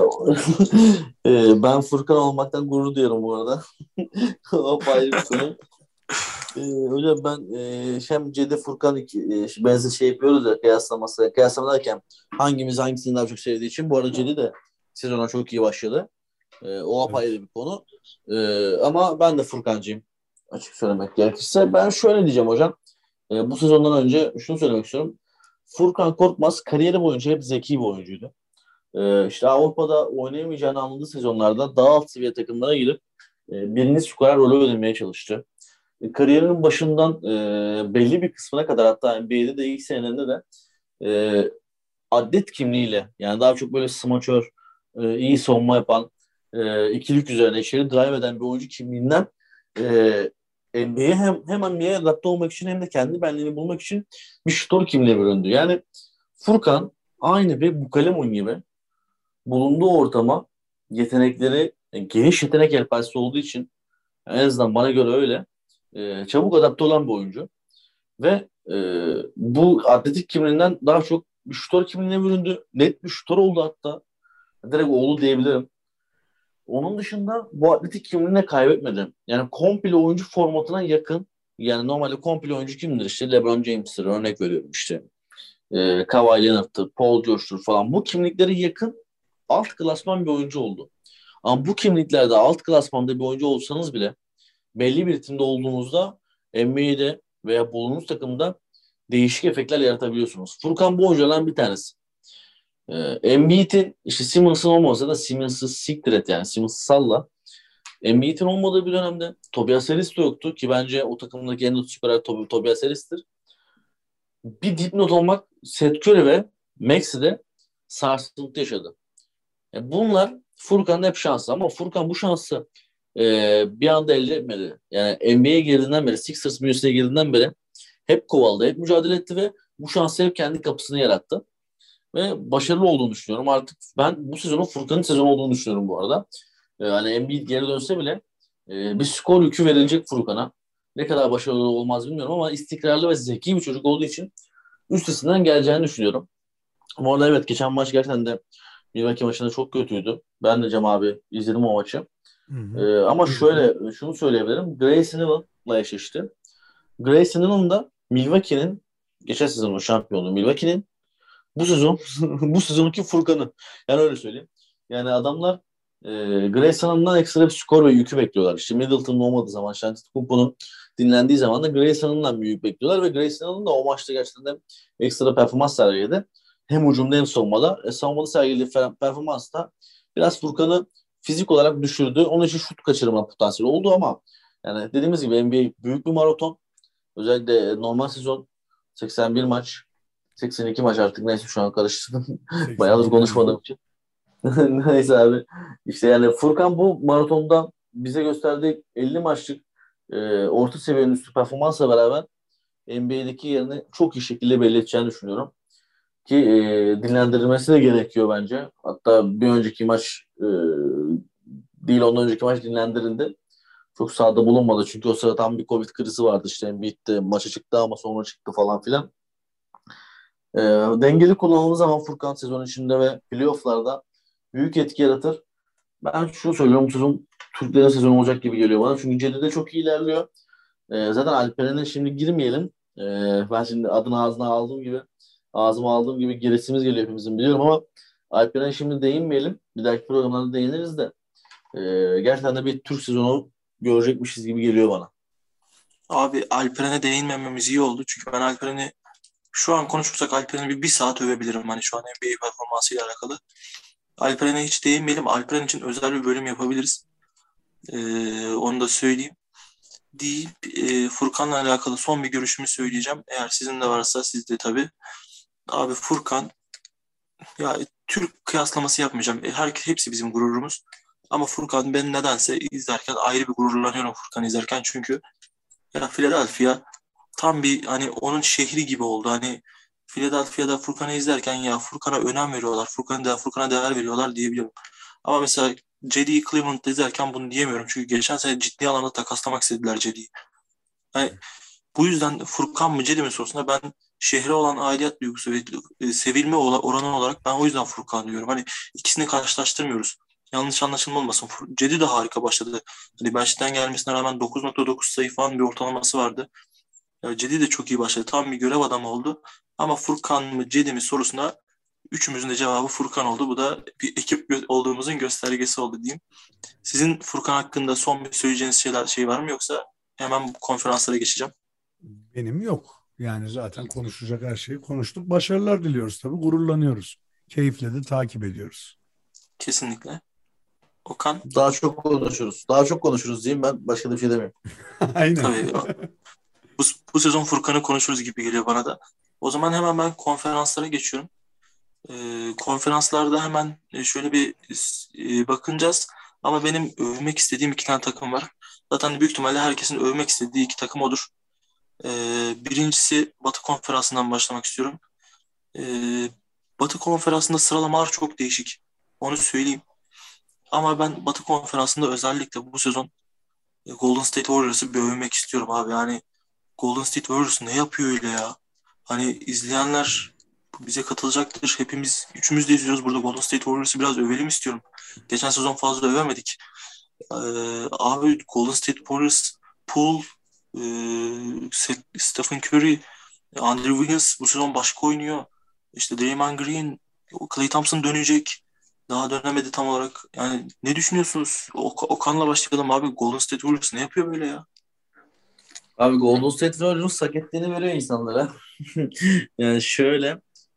S3: e, ben Furkan olmaktan gurur duyuyorum bu arada. O ayrı bir konu. E, hocam ben e, hem Cedi Furkan iki, e, benzer şey yapıyoruz ya kıyaslaması. Kıyaslama derken hangimiz hangisini daha çok sevdiği için. Bu arada Cedi de sezona çok iyi başladı. E, o
S2: Evet.
S3: apayrı bir konu. E, ama ben de Furkancıyım. Açık söylemek gerekirse. Ben şöyle diyeceğim hocam. E, bu sezondan önce şunu söylemek istiyorum. Furkan Korkmaz kariyeri boyunca hep zeki bir oyuncuydu. E, işte Avrupa'da oynayamayacağını anladığı sezonlarda daha alt seviye takımlara girip e, birinci skorer rolü ödemeye çalıştı. E, kariyerinin başından e, belli bir kısmına kadar hatta N B A'de de ilk senelerinde de e, atlet kimliğiyle yani daha çok böyle smaçör, e, iyi savunma yapan, e, ikilik üzerine içeri drive eden bir oyuncu kimliğinden e, N B A'ye hem, hem N B A'ye adapte olmak için hem de kendi benliğini bulmak için bir şutör kimliğe büründü. Yani Furkan aynı bir Bukalemun gibi bulunduğu ortama yetenekleri e, geniş yetenek yelpazesi olduğu için en azından bana göre öyle e, çabuk adapte olan bir oyuncu. Ve e, bu atletik kimliğinden daha çok bir şutör kimliğine büründü. Net bir şutör oldu hatta. Direkt oğlu diyebilirim. Onun dışında bu atletik kimliğini kaybetmedi. Yani komple oyuncu formatına yakın. Yani normalde komple oyuncu kimdir? İşte LeBron James'tir, örnek veriyorum işte. E, Kawhi Leonard'tır, Paul George'tur falan. Bu kimlikleri yakın alt klasman bir oyuncu oldu. Ama bu kimliklerde alt klasmanda bir oyuncu olsanız bile belli bir ritimde olduğunuzda N B A'de veya bulunduğunuz takımda değişik efektler yaratabiliyorsunuz. Furkan bu oyunculardan bir tanesi. Ee, Embiid'in işte Simmons'ın olmasa da Simmons'ı siktir et yani Simmons'ı salla. Embiid'in olmadığı bir dönemde Tobias Harris de yoktu ki bence o takımdaki en iyi skorer Tob- Tobias Harris'tir. Bir dipnot olmak Seth Curry ve Maxey de sarsıntı yaşadı. Yani bunlar Furkan'ın hep şansı ama Furkan bu şansı e, bir anda elde etmedi. Yani N B A'ye girdiğinden beri, Sixers bünyesine girdiğinden beri hep kovaladı, hep mücadele etti ve bu şansı hep kendi kapısını yarattı. Ve başarılı olduğunu düşünüyorum. Artık ben bu sezonun Furkan'ın sezonu olduğunu düşünüyorum bu arada. E, hani Embiid geri dönse bile e, bir skor yükü verilecek Furkan'a. Ne kadar başarılı olmaz bilmiyorum ama istikrarlı ve zeki bir çocuk olduğu için üstesinden geleceğini düşünüyorum. Bu arada evet geçen maç gerçekten de Milwaukee maçında çok kötüydü. Ben de Cem abi izledim o maçı.
S2: Hı hı.
S3: Ee, ama
S2: Duydum.
S3: şöyle şunu söyleyebilirim. Grayson Allen'la eşleşti. Grayson Allen da Milwaukee'nin geçen sezonun şampiyonu Milwaukee'nin bu sezon bu sezonki Furkan'ı. Yani öyle söyleyeyim. Yani adamlar e, Grayson Allen'dan ekstra bir skor ve yükü bekliyorlar. İşte Middleton'ın olmadığı zaman, Antetokounmpo'nun dinlendiği zaman da Grayson Allen'dan bir yük bekliyorlar ve Grayson Allen da o maçta gerçekten de ekstra performans sergiledi. Hem hücumda hem savunmada. E, savunmada sergilediği performans da biraz Furkan'ı fizik olarak düşürdü. Onun için şut kaçırma potansiyeli oldu ama yani dediğimiz gibi N B A büyük bir maraton. Özellikle normal sezon seksen bir maç, seksen iki maç artık neyse şu an karıştırdım. Bayağıdır
S2: seksen bir oldu.
S3: konuşmadığım için. Neyse abi. İşte yani Furkan bu maratonda bize gösterdiği elli maçlık e, orta seviyenin üstü performansla beraber N B A'deki yerini çok iyi şekilde belli edeceğini düşünüyorum. Ki e, dinlendirilmesi de gerekiyor bence. Hatta bir önceki maç e, değil ondan önceki maç dinlendirildi. Çok sahada bulunmadı. Çünkü o sırada tam bir Covid krizi vardı. İşte Embiid maça çıktı ama sonra çıktı falan filan. E, dengeli kullanıldığı zaman Furkan sezon içinde ve playofflarda büyük etki yaratır. Ben şunu söylüyorum. Bu sezon Türklerin sezonu olacak gibi geliyor bana. Çünkü Cedi de çok iyi ilerliyor. E, zaten Alperen'e şimdi girmeyelim. E, ben şimdi adını ağzına aldığım gibi ağzıma aldığım gibi giresimiz geliyor hepimizin biliyorum ama Alperen'e şimdi değinmeyelim. Bir dahaki programlarda değiniriz de. E, gerçekten de bir Türk sezonu görecekmişiz gibi geliyor bana.
S1: Abi Alperen'e değinmememiz iyi oldu. Çünkü ben Alperen'i şu an konuşursak Alperen'i bir, bir saat övebilirim. Hani şu an N B A performansıyla alakalı. Alperen'e hiç değinmeyelim. Alperen için özel bir bölüm yapabiliriz. Ee, onu da söyleyeyim. Deyip e, Furkan'la alakalı son bir görüşümü söyleyeceğim. Eğer sizin de varsa siz de tabii. Abi Furkan ya Türk kıyaslaması yapmayacağım. E, her, hepsi bizim gururumuz. Ama Furkan ben nedense izlerken ayrı bir gururlanıyorum Furkan izlerken. Çünkü ya Philadelphia tam bir hani onun şehri gibi oldu. Hani Philadelphia'da Furkan'ı izlerken ya Furkan'a önem veriyorlar. Furkan'a da Furkan'a değer veriyorlar diyebiliyorum. Ama mesela Cedi'yi Cleveland'da izlerken bunu diyemiyorum. Çünkü geçen sene ciddi anlamda takaslamak istediler Cedi'yi. Yani bu yüzden Furkan mı Cedi mi sorusunda ben şehre olan aidiyet duygusu ve e, sevilme oranı olarak ben o yüzden Furkan diyorum. Hani ikisini karşılaştırmıyoruz. Yanlış anlaşılma olmasın. Cedi de harika başladı. Hani bench'ten gelmesine rağmen dokuz nokta dokuz sayı falan bir ortalaması vardı. Ya Cedi de çok iyi başladı. Tam bir görev adamı oldu. Ama Furkan mı Cedi mi sorusuna üçümüzün de cevabı Furkan oldu. Bu da bir ekip olduğumuzun göstergesi oldu diyeyim. Sizin Furkan hakkında son bir söyleyeceğiniz şeyler şey var mı yoksa hemen bu konferanslara geçeceğim.
S2: Benim yok. Yani zaten konuşacak her şeyi konuştuk. Başarılar diliyoruz tabii. Gururlanıyoruz. Keyifle de takip ediyoruz.
S1: Kesinlikle. Okan,
S3: Daha çok konuşuruz. Daha çok konuşuruz diyeyim ben. Başka da bir şey demiyorum.
S2: Aynen.
S1: tabii bu, bu sezon Furkan'ı konuşuruz gibi geliyor bana da. O zaman hemen ben konferanslara geçiyorum. Ee, konferanslarda hemen şöyle bir e, bakınacağız. Ama benim övmek istediğim iki tane takım var. Zaten büyük ihtimalle herkesin övmek istediği iki takım odur. Ee, birincisi Batı Konferansı'ndan başlamak istiyorum. Ee, Batı Konferansı'nda sıralamalar çok değişik. Onu söyleyeyim. Ama ben Batı Konferansı'nda özellikle bu sezon Golden State Warriors'ı bir övmek istiyorum abi. Yani Golden State Warriors ne yapıyor öyle ya? Hani izleyenler bize katılacaktır. Hepimiz, üçümüz de izliyoruz burada. Golden State Warriors'ı biraz övelim istiyorum. Geçen sezon fazla övemedik. Ee, abi Golden State Warriors, Poole, e, Stephen Curry, Andrew Wiggins bu sezon başka oynuyor. İşte Draymond Green, Klay Thompson dönecek. Daha dönemedi tam olarak. Yani ne düşünüyorsunuz? Ok Okan'la başlayalım abi. Golden State Warriors ne yapıyor böyle ya?
S3: Abi Golden State Warriors hak ettiğini veriyor insanlara. Yani şöyle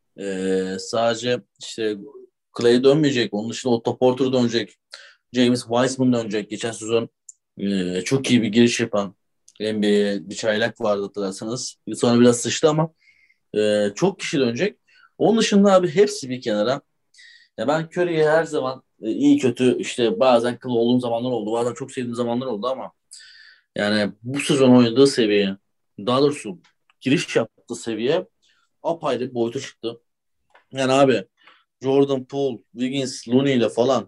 S3: e, sadece işte Clay dönmeyecek. Onun dışında Otto Porter dönecek. James Wiseman dönecek. Geçen sezon e, çok iyi bir giriş yapan N B A'ye bir çaylak vardı hatırlarsanız. Sonra biraz sıçtı ama e, çok kişi dönecek. Onun dışında abi hepsi bir kenara. Ya ben Curry'i her zaman e, iyi kötü işte bazen kıl olduğum zamanlar oldu. Bazen çok sevdiğim zamanlar oldu ama yani bu sezon oynadığı seviye, daha doğrusu giriş yaptığı seviye apayrı bir boyuta çıktı. Yani abi Jordan Poole, Wiggins, Looney ile falan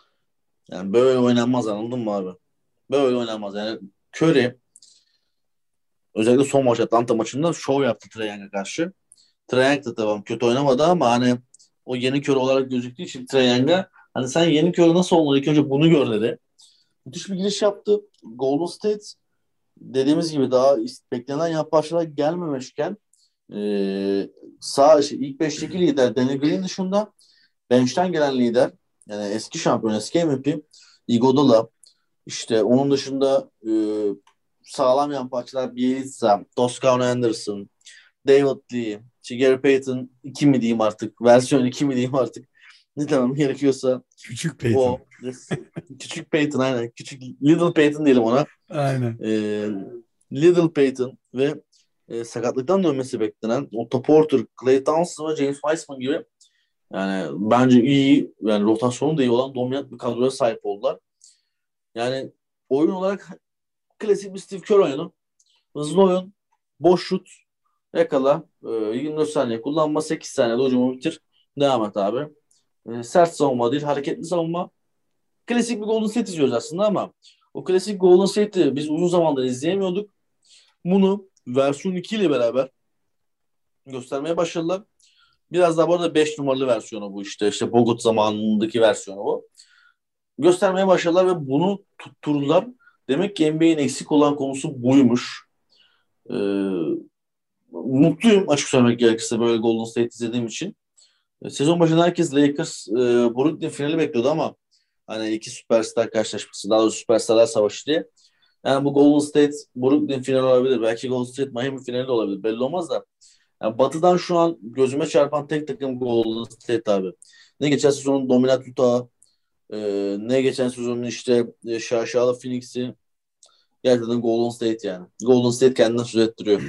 S3: yani böyle oynanmaz, anladın mı abi? Böyle oynanmaz. Yani Curry özellikle son maç Atlanta maçında şov yaptı Trae Young'a karşı. Trae Young da tamam kötü oynamadı ama hani o yeni Curry olarak gözüktüğü için Trae Young'a hani sen yeni Curry nasıl olmalı ilk önce bunu gör dedi. Müthiş bir giriş yaptı. Golden State dediğimiz gibi daha beklenen yapılaşmalar gelmemişken e, sağ işte ilk beşteki lider Danny Green dışında bench'ten gelen lider yani eski şampiyon, eski M V P Iguodala, işte onun dışında e, sağlam yan parçalar Bielitsa, Toscano Anderson, David Lee, işte Gary Payton iki mi diyeyim artık, versiyon iki mi diyeyim artık, ne demem gerekiyorsa
S2: Küçük Peyton.
S3: o. Küçük Payton, aynen. Küçük Little Payton diyelim ona.
S2: Aynen.
S3: Ee, Little Payton ve e, sakatlıktan dönmesi beklenen Otto Porter, Klay Thompson ve James Wiseman gibi yani bence iyi, yani rotasyonu da iyi olan dominant bir kadroya sahip oldular. Yani oyun olarak klasik bir Steve Kerr oyunu. Hızlı oyun, boş şut, yakala, e, yirmi dört saniye kullanma, sekiz saniyede hücumu bitir. Devam et abi. E, sert savunma değil, hareketli savunma. Klasik bir Golden State izliyoruz aslında ama o klasik Golden State'i biz uzun zamandır izleyemiyorduk. Bunu versiyon iki ile beraber göstermeye başladılar. Biraz daha bu arada beş numaralı versiyonu bu işte. İşte Bogut zamanındaki versiyonu bu. Göstermeye başladılar ve bunu tutturdular. Demek ki N B A'in eksik olan konusu buymuş. Ee, mutluyum açık söylemek gerekirse böyle Golden State izlediğim için. E, sezon başında herkes Lakers e, Brooklyn finali bekliyordu ama hani iki süperstar karşılaşması, daha doğrusu süperstarlar savaşı diye. Yani bu Golden State Brooklyn finali olabilir. Belki Golden State Miami finali de olabilir. Belli olmaz da. Yani Batı'dan şu an gözüme çarpan tek takım Golden State abi. Ne geçen sezonun dominant Utah, e, ne geçen sezonun işte e, şaşalı Phoenix'i, gerçekten Golden State yani. Golden State kendinden söz ettiriyor.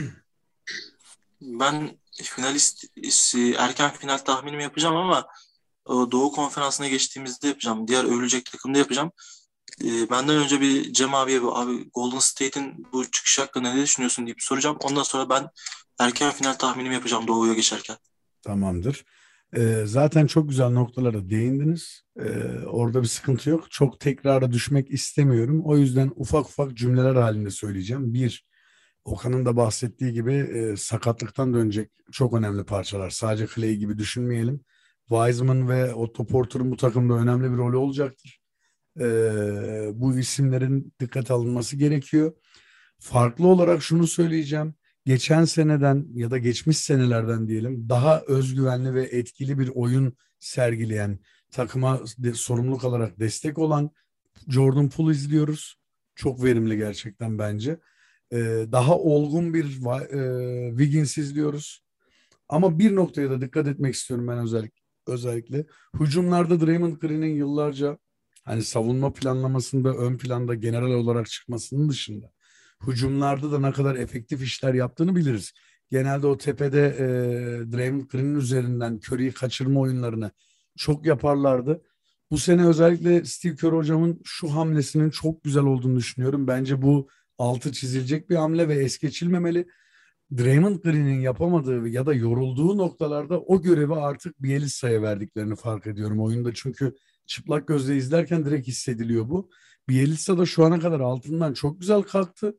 S1: Ben finalist erken final tahminimi yapacağım ama o Doğu Konferansı'na geçtiğimizde yapacağım. Diğer övülecek takımda yapacağım. Ee, benden önce bir Cem abiye bu abi Golden State'in bu çıkış hakkında ne düşünüyorsun deyip soracağım. Ondan sonra ben erken final tahminimi yapacağım Doğu'ya geçerken.
S2: Tamamdır. Ee, zaten çok güzel noktalara değindiniz. Ee, orada bir sıkıntı yok. Çok tekrara düşmek istemiyorum. O yüzden ufak ufak cümleler halinde söyleyeceğim. Bir, Okan'ın da bahsettiği gibi e, sakatlıktan dönecek çok önemli parçalar. Sadece Clay gibi düşünmeyelim. Wiseman ve Otto Porter'ın bu takımda önemli bir rolü olacaktır. Ee, bu isimlerin dikkate alınması gerekiyor. Farklı olarak şunu söyleyeceğim. Geçen seneden ya da geçmiş senelerden diyelim daha özgüvenli ve etkili bir oyun sergileyen, takıma de, sorumluluk alarak destek olan Jordan Poole izliyoruz. Çok verimli gerçekten bence. Ee, daha olgun bir e, Wiggins izliyoruz. Ama bir noktaya da dikkat etmek istiyorum ben özellikle. Özellikle hücumlarda Draymond Green'in yıllarca hani savunma planlamasında ön planda general olarak çıkmasının dışında hücumlarda da ne kadar efektif işler yaptığını biliriz. Genelde o tepede e, Draymond Green'in üzerinden Curry'i kaçırma oyunlarını çok yaparlardı. Bu sene özellikle Steve Kerr hocamın şu hamlesinin çok güzel olduğunu düşünüyorum. Bence bu altı çizilecek bir hamle ve es geçilmemeli. Draymond Green'in yapamadığı ya da yorulduğu noktalarda o görevi artık Bielitsa'ya verdiklerini fark ediyorum oyunda. Çünkü çıplak gözle izlerken direkt hissediliyor bu. Bielitsa da şu ana kadar altından çok güzel kalktı.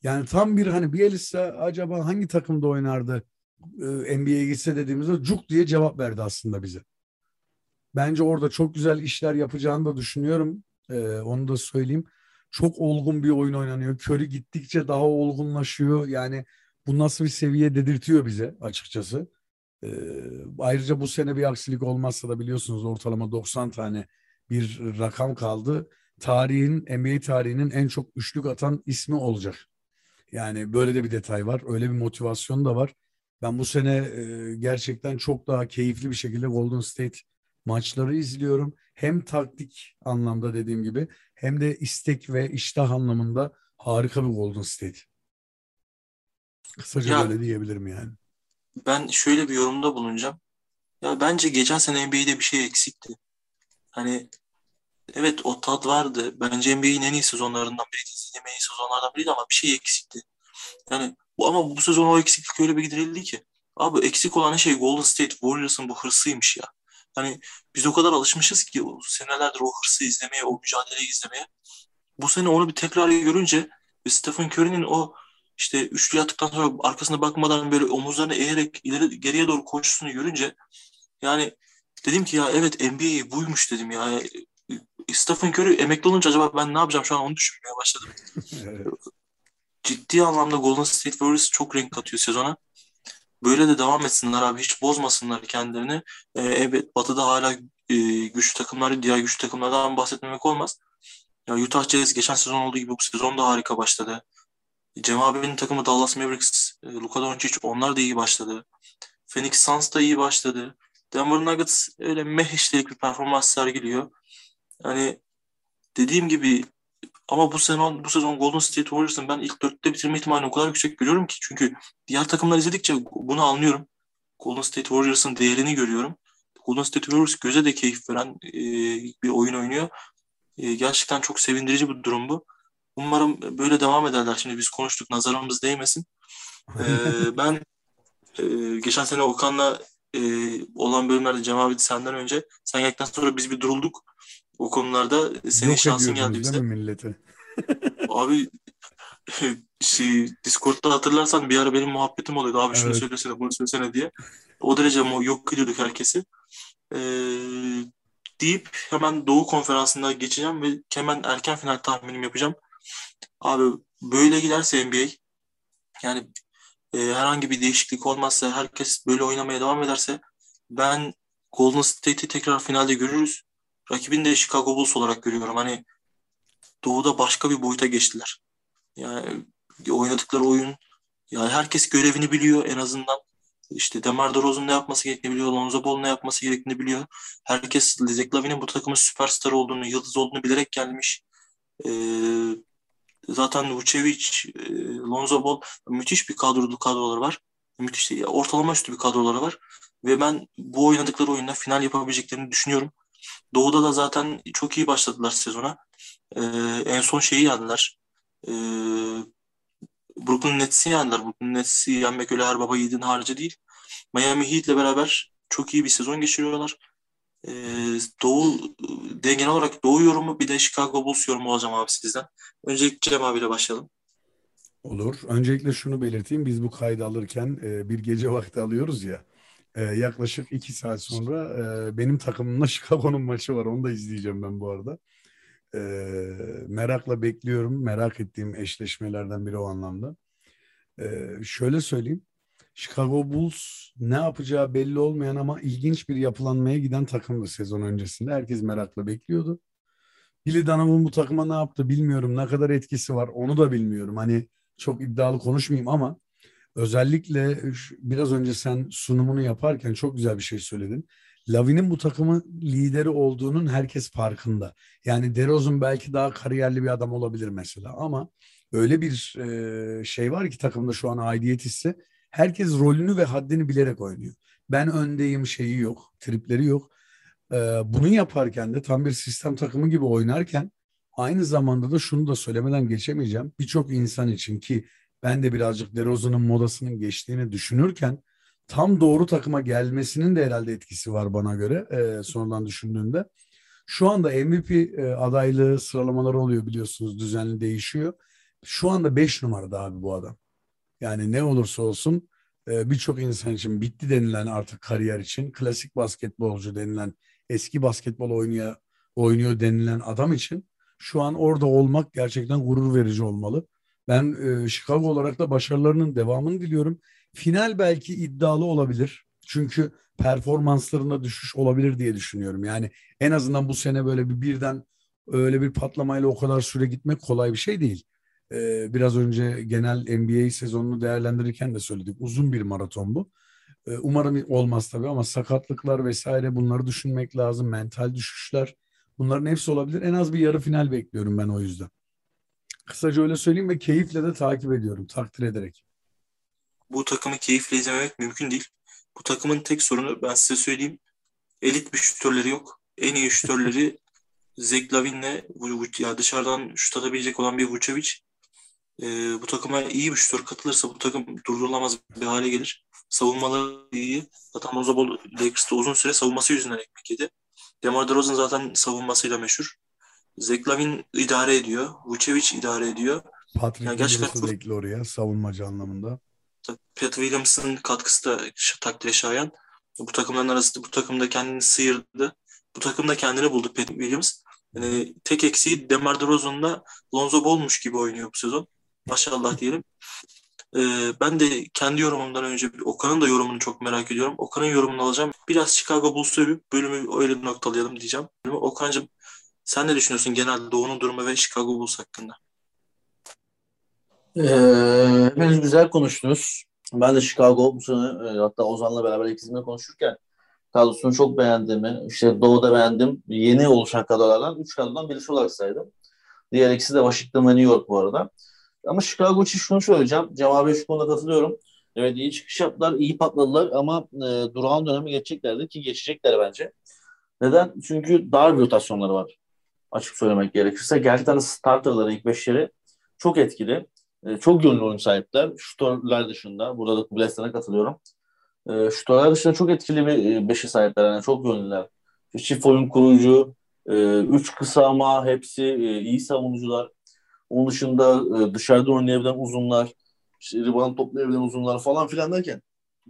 S2: Yani tam bir hani Bielsa acaba hangi takımda oynardı e, N B A'ye gitse dediğimizde cuk diye cevap verdi aslında bize. Bence orada çok güzel işler yapacağını da düşünüyorum. E, onu da söyleyeyim. Çok olgun bir oyun oynanıyor. Curry gittikçe daha olgunlaşıyor. Yani bu nasıl bir seviye dedirtiyor bize açıkçası. E, ayrıca bu sene bir aksilik olmazsa da biliyorsunuz ortalama doksan tane bir rakam kaldı. Tarihin, N B A tarihinin en çok üçlük atan ismi olacak. Yani böyle de bir detay var. Öyle bir motivasyon da var. Ben bu sene e, gerçekten çok daha keyifli bir şekilde Golden State maçları izliyorum. Hem taktik anlamda dediğim gibi hem de istek ve iştah anlamında harika bir Golden State. Kısaca
S1: Ya
S2: böyle diyebilirim yani.
S1: ben şöyle bir yorumda bulunacağım. Ya bence geçen sene N B A'de bir şey eksikti. Hani evet o tat vardı. Bence N B A'in en iyi sezonlarından biriydi. İzlediğim en iyi sezonlardan biriydi ama bir şey eksikti. Yani bu ama bu sezon o eksiklik öyle bir giderildi ki. Abi eksik olan şey Golden State Warriors'ın bu hırsıymış ya. Hani biz o kadar alışmışız ki o senelerdir o hırsı izlemeye, o mücadeleyi izlemeye. Bu sene onu bir tekrar görünce ve Stephen Curry'nin o işte üçlü attıktan sonra arkasına bakmadan böyle omuzlarını eğerek ileri geriye doğru koşusunu görünce yani dedim ki ya evet N B A buymuş dedim ya. Stephen Curry emekli olunca acaba ben ne yapacağım şu an onu düşünmeye başladım.
S2: Evet.
S1: Ciddi anlamda Golden State Warriors çok renk katıyor sezona. Böyle de devam etsinler abi. Hiç bozmasınlar kendilerini. Ee, evet Batı'da hala e, güçlü takımlar, diğer güçlü takımlardan bahsetmemek olmaz. Ya Utah Jazz geçen sezon olduğu gibi bu sezon da harika başladı. Cem abinin takımı Dallas Mavericks, e, Luka Doncic onlar da iyi başladı. Phoenix Suns da iyi başladı. Denver Nuggets öyle meh işlerik bir performans sergiliyor. Yani dediğim gibi ama bu sezon bu sezon Golden State Warriors'ın ben ilk dörtte bitirme ihtimalini o kadar yüksek görüyorum ki çünkü diğer takımlar izledikçe bunu anlıyorum. Golden State Warriors'ın değerini görüyorum. Golden State Warriors göze de keyif veren e, bir oyun oynuyor. E, gerçekten çok sevindirici bir durum bu. Umarım böyle devam ederler. Şimdi biz konuştuk, nazarımız değmesin. E, ben e, geçen sene Okan'la e, olan bölümlerde Cem abi senden önce sen geldikten sonra biz bir durulduk. O konularda senin
S2: Yok
S1: şansın geldi
S2: ediyordunuz değil
S1: bize.
S2: mi milleti?
S1: Abi şey, Discord'da hatırlarsan bir ara benim muhabbetim oluyordu. Abi şunu
S2: Evet.
S1: söylesene, bunu söylesene diye. O derece mo- yok ediyorduk herkesi. Ee, deyip hemen Doğu Konferansı'na geçeceğim ve hemen erken final tahminim yapacağım. Abi böyle giderse N B A yani e, herhangi bir değişiklik olmazsa herkes böyle oynamaya devam ederse ben Golden State'i tekrar finalde görürüz. Rakibini de Chicago Bulls olarak görüyorum. Hani Doğu'da başka bir boyuta geçtiler. Yani oynadıkları oyun yani herkes görevini biliyor en azından. İşte DeMar DeRozan ne yapması gerektiğini biliyor. Lonzo Ball ne yapması gerektiğini biliyor. Herkes Zach LaVine'in bu takımın süperstar olduğunu, yıldız olduğunu bilerek gelmiş. Ee, zaten Vucevic, e, Lonzo Ball müthiş bir kadro, kadroları var. Müthiş değil, ortalama üstü bir kadroları var. Ve ben bu oynadıkları oyunda final yapabileceklerini düşünüyorum. Doğu'da da zaten çok iyi başladılar sezona. Ee, en son şeyi yendiler. Ee, Brooklyn Nets'i yendiler. Brooklyn Nets'i yenmek öyle her baba yiğidin harcı değil. Miami Heat'le beraber çok iyi bir sezon geçiriyorlar. Ee, Doğu de genel olarak Doğu yorumu bir de Chicago Bulls yorumu alacağım abi sizden. Öncelikle Cem abiyle başlayalım.
S2: Olur. Öncelikle şunu belirteyim. Biz bu kaydı alırken e, bir gece vakti alıyoruz ya. E, yaklaşık iki saat sonra e, benim takımımla Chicago'nun maçı var. Onu da izleyeceğim ben bu arada. E, merakla bekliyorum. Merak ettiğim eşleşmelerden biri o anlamda. E, şöyle söyleyeyim. Chicago Bulls ne yapacağı belli olmayan ama ilginç bir yapılanmaya giden takımdı sezon öncesinde. Herkes merakla bekliyordu. Billy Donovan bu takıma ne yaptı bilmiyorum. Ne kadar etkisi var onu da bilmiyorum. Hani çok iddialı konuşmayayım ama özellikle şu- biraz önce sen sunumunu yaparken çok güzel bir şey söyledin. Lavin'in bu takımın lideri olduğunun herkes farkında. Yani DeRozan belki daha kariyerli bir adam olabilir mesela ama öyle bir e, şey var ki takımda şu an aidiyet hissi. Herkes rolünü ve haddini bilerek oynuyor. Ben öndeyim şeyi yok, tripleri yok. Ee, bunu yaparken de tam bir sistem takımı gibi oynarken aynı zamanda da şunu da söylemeden geçemeyeceğim. Birçok insan için ki ben de birazcık DeRozan'ın modasının geçtiğini düşünürken tam doğru takıma gelmesinin de herhalde etkisi var bana göre e, sonradan düşündüğümde. Şu anda M V P e, adaylığı sıralamaları oluyor biliyorsunuz düzenli değişiyor. Şu anda beş numarada abi bu adam. Yani ne olursa olsun e, birçok insan için bitti denilen artık kariyer için klasik basketbolcu denilen eski basketbol oynuyor, oynuyor denilen adam için şu an orada olmak gerçekten gurur verici olmalı. Ben e, Chicago olarak da başarılarının devamını diliyorum. Final belki iddialı olabilir. Çünkü performanslarında düşüş olabilir diye düşünüyorum. Yani en azından bu sene böyle bir birden öyle bir patlamayla o kadar süre gitmek kolay bir şey değil. Ee, biraz önce genel N B A sezonunu değerlendirirken de söyledik. Uzun bir maraton bu. Ee, umarım olmaz tabii ama sakatlıklar vesaire bunları düşünmek lazım. Mental düşüşler. Bunların hepsi olabilir. En az bir yarı final bekliyorum ben o yüzden. Kısaca öyle söyleyeyim ve keyifle de takip ediyorum. Takdir ederek.
S1: Bu takımı keyifle izlemek mümkün değil. Bu takımın tek sorunu ben size söyleyeyim. Elit bir şütörleri yok. En iyi şütörleri Zach Lavin'le ya dışarıdan şut atabilecek olan bir Vucevic. Ee, bu takıma iyi bir şütör katılırsa bu takım durdurulamaz bir hale gelir. Savunmaları iyi. Zaten Lonzo Ball Lakers'ta uzun süre savunması yüzünden ekmek yedi. DeMar DeRozan zaten savunmasıyla meşhur. Zach Lavin idare ediyor. Vucevic idare ediyor.
S2: Patrick
S1: Yani gerçekten
S2: Williams'ı
S1: çok
S2: da ekle oraya savunmacı anlamında.
S1: Pat Williams'ın katkısı da takdire şayan. Bu takımların arasında bu takımda kendini sıyırdı. Bu takımda kendini buldu Pat Williams. Yani tek eksiği DeMar DeRozan'la Lonzo Ball'muş gibi oynuyor bu sezon. Maşallah diyelim. Ee, ben de kendi yorumumdan önce Okan'ın da yorumunu çok merak ediyorum. Okan'ın yorumunu alacağım. Biraz Chicago Bulls'u övüp bölümü öyle noktalayalım diyeceğim. Okan'cığım sen ne düşünüyorsun genel Doğu'nun durumu ve Chicago Bulls hakkında?
S3: Ee, hepiniz güzel konuştunuz. Ben de Chicago bu sene e, hatta Ozan'la beraber ikizimle konuşurken kadrosunu çok beğendiğimi, işte Doğu'da beğendim. Yeni oluşan kadrolardan üç kadrodan birisi olarak saydım. Diğer ikisi de Washington ve New York bu arada. Ama Chicago için şunu söyleyeceğim. Cevabı şu konuda katılıyorum. Evet iyi çıkış yaptılar, iyi patladılar ama e, durağan dönemi geçeceklerdi ki geçecekler bence. Neden? Çünkü dar bir rotasyonları var. Açık söylemek gerekirse. Gerçekten starterları ilk beşleri çok etkili. E, çok yönlü oyun sahipler. Şutörler dışında. Burada da Kubiles'e katılıyorum. E, şutörler dışında çok etkili bir e, beşi sahipler. Yani çok yönlüler. Çift oyun kurucu, e, üç kısa ama hepsi e, iyi savunucular. Onun dışında e, dışarıda oynayabilen uzunlar, işte rebound toplayabilen uzunlar falan filan derken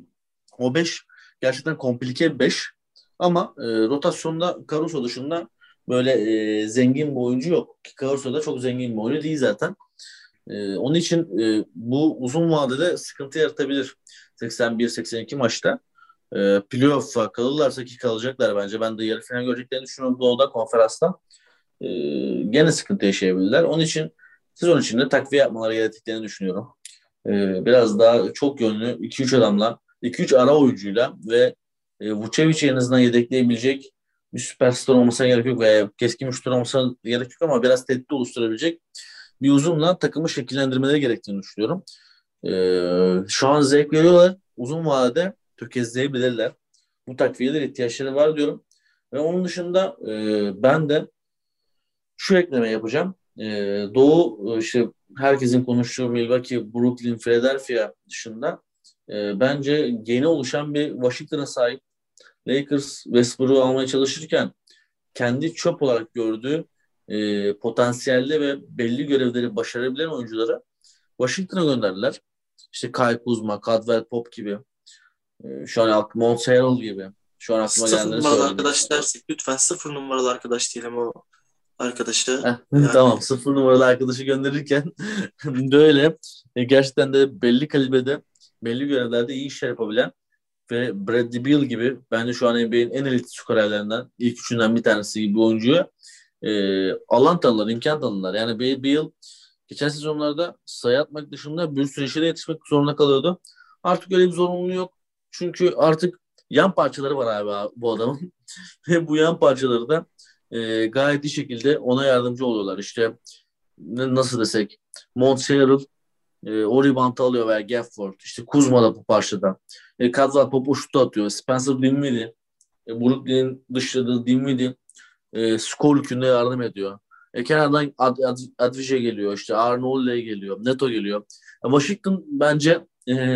S3: o beş gerçekten komplike bir beş. Ama e, rotasyonda Caruso dışında böyle e, zengin bir oyuncu yok. Ki Caruso da çok zengin bir oyuncu değil zaten. E, onun için e, bu uzun vadede sıkıntı yaratabilir. seksen bir seksen iki maçta. E, playoff'a kalırlarsa ki kalacaklar bence. Ben de yarı final göreceklerini düşünüyorum Doğu'da konferansta. E, Gene sıkıntı yaşayabilirler. Onun için sezon içinde takviye yapmaları gerektiklerini düşünüyorum. E, biraz daha çok yönlü iki üç adamla, iki üç ara oyuncuyla ve e, Vucevic'i en azından yedekleyebilecek bir süperstar olmasına gerek yok veya keskin bir şutör olmasına gerek yok ama biraz tehdit oluşturabilecek bir uzunla takımı şekillendirmeleri gerektiğini düşünüyorum. E, şu an zevk veriyorlar. Uzun vadede tökezleyebilirler. Bu takviyelere ihtiyaçları var diyorum. Ve onun dışında e, ben de şu ekleme yapacağım. Ee, Doğu işte herkesin konuştuğu Milwaukee, Brooklyn, Philadelphia dışında e, bence yeni oluşan bir Washington'a sahip Lakers Westbrook'u almaya çalışırken kendi çöp olarak gördüğü e, potansiyelli ve belli görevleri başarabilen oyuncuları Washington'a gönderdiler. İşte Kyle Kuzma, Caldwell Pope gibi, e, şu an Montrezl Harrell gibi. Şu an aklıma
S1: Sıfır
S3: gelenleri
S1: numaralı
S3: söyleyeyim.
S1: arkadaş dersek lütfen sıfır numaralı arkadaş diyelim o arkadaşı.
S3: Heh,
S1: Yani
S3: tamam sıfır numaralı arkadaşı gönderirken böyle e, gerçekten de belli kalibrede belli görevlerde iyi işler yapabilen ve Bradley Beal gibi bence şu an N B A'in en elit skorerlerinden ilk üçünden bir tanesi gibi bir oyuncuya e, alan tanırlar, imkan tanırlar. Yani Be- Beal geçen sezonlarda sayı atmak dışında bir sürü işe de yetişmek zorunda kalıyordu. Artık öyle bir zorunluluğu yok. Çünkü artık yan parçaları var abi bu adamın. Ve bu yan parçaları da e, gayet iyi şekilde ona yardımcı oluyorlar. İşte ne- nasıl desek Montrezl e, o rebound'ı alıyor veya Gafford. İşte Kuzma da bu parçada. E, Caldwell Pope o şutu atıyor. Spencer Dinwiddie e, Brooklyn'in dışladığı Dinwiddie e, skor yükünde yardım ediyor. E, kenardan Ad, Ad, Advije geliyor. İşte Arnold'le geliyor. Neto geliyor. E, Washington bence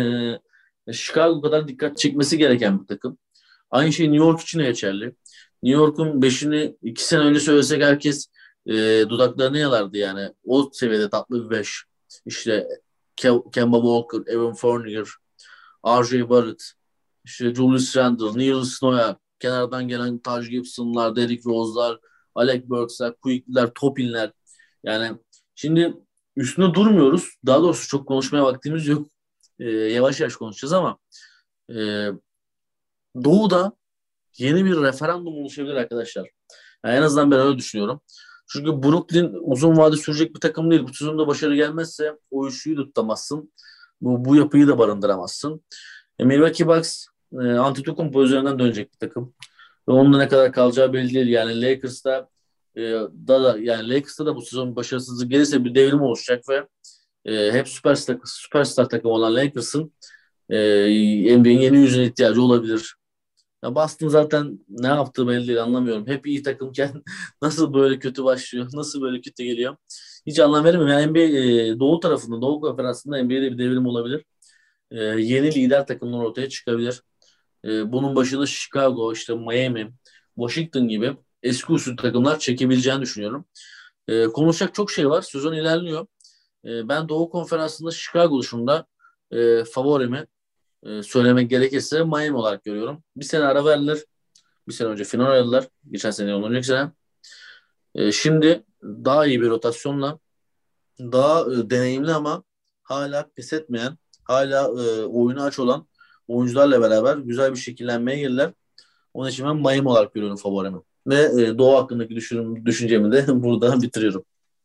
S3: e, Chicago kadar dikkat çekmesi gereken bir takım. Aynı şey New York için de geçerli. New York'un beşini iki sene önce söylesek herkes e, dudaklarını yalardı yani. O seviyede tatlı bir beş. İşte Ke- Kemba Walker, Evan Fournier, R J Barrett, işte Julius Randle, Neil Snower, kenardan gelen Taj Gibson'lar, Derrick Rose'lar, Alec Burks'lar, Quick'ler, Topin'ler. Yani şimdi üstüne durmuyoruz. Daha doğrusu çok konuşmaya vaktimiz yok. Ee, yavaş yavaş konuşacağız ama e, Doğu'da yeni bir referandum oluşabilir arkadaşlar. Yani en azından ben öyle düşünüyorum. Çünkü Brooklyn uzun vade sürecek bir takım değil. Bu sezonda başarı gelmezse o üçlüyü de tutamazsın. Bu, bu yapıyı da barındıramazsın. E, Milwaukee Bucks e, Antetokounmpo üzerinden dönecek bir takım. Ve onun da ne kadar kalacağı belli değil. Yani Lakers'ta e, da, da yani Lakers'ta da bu sezon başarısızlık gelirse bir devrim oluşacak ve e, hep süperstar, süperstar takım olan Lakers'ın e, N B A'in yeni yüzüne ihtiyacı olabilir. Ya Boston zaten ne yaptığı belli değil, anlamıyorum. Hep iyi takımken nasıl böyle kötü başlıyor, nasıl böyle kötü geliyor. Hiç anlam veremiyorum. Yani N B A e, Doğu tarafında, Doğu Konferansı'nda N B A'de bir devrim olabilir. E, yeni lider takımlar ortaya çıkabilir. E, bunun başında Chicago, işte Miami, Washington gibi eski usul takımlar çekebileceğini düşünüyorum. E, konuşacak çok şey var. Sezon ilerliyor. E, ben Doğu Konferansı'nda Chicago dışında e, favorimi e, söylemek gerekirse Miami olarak görüyorum. Bir sene ara verdiler. Bir sene önce final oynadılar. Geçen sene, ondan önceki sene. E, şimdi daha iyi bir rotasyonla, daha e, deneyimli ama hala pes etmeyen, hala e, oyunu aç olan oyuncularla beraber güzel bir şekillenmeye girdiler. Onun için ben Miami olarak görüyorum favorimi. Ve e, Doğu hakkındaki düşün, düşüncemi de burada bitiriyorum.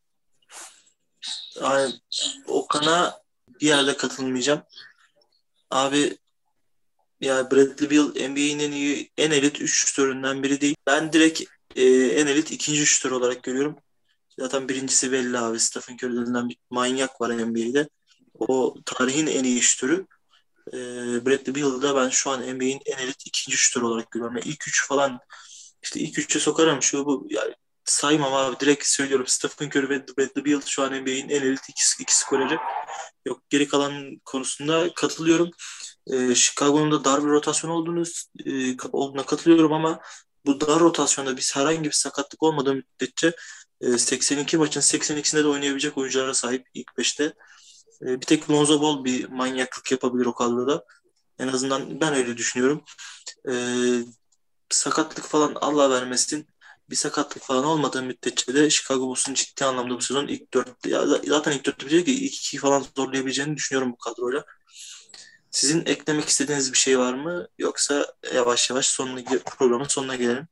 S1: Yani Okan'a bir yerde katılmayacağım. Abi ya Bradley Beal N B A'in en iyi, en elit üç şutöründen biri değil. Ben direkt e, en elit ikinci şutör olarak görüyorum. Zaten birincisi belli abi. Stephen Curry denilen bir manyak var N B A'de. O tarihin en iyi şutörü. E, Bradley Beal'ı da ben şu an N B A'in en elit ikinci şutörü olarak görüyorum. Yani ilk üç falan işte ilk üçe sokarım şu bu. Yani saymam abi. Direkt söylüyorum. Stephen Curry ve Bradley Beal şu an N B A'in en elit iki, iki skoreri. Yok, geri kalan konusunda katılıyorum. E, Chicago'nun da dar bir rotasyon olduğunu e, olduğuna katılıyorum ama bu dar rotasyonda biz herhangi bir sakatlık olmadığı müddetçe e, seksen iki maçın seksen ikisinde de oynayabilecek oyunculara sahip ilk beşte. E, bir tek Lonzo Ball bir manyaklık yapabilir o kadroda. En azından ben öyle düşünüyorum. E, sakatlık falan Allah vermesin. Bir sakatlık falan olmadığı müddetçe de Chicago Bulls'un ciddi anlamda bu sezon ilk dört, zaten ilk dörtte bitirecek ki ilk ikiyi falan zorlayabileceğini düşünüyorum bu kadroyla. Sizin eklemek istediğiniz bir şey var mı? Yoksa yavaş yavaş sonuna, programın sonuna gelelim.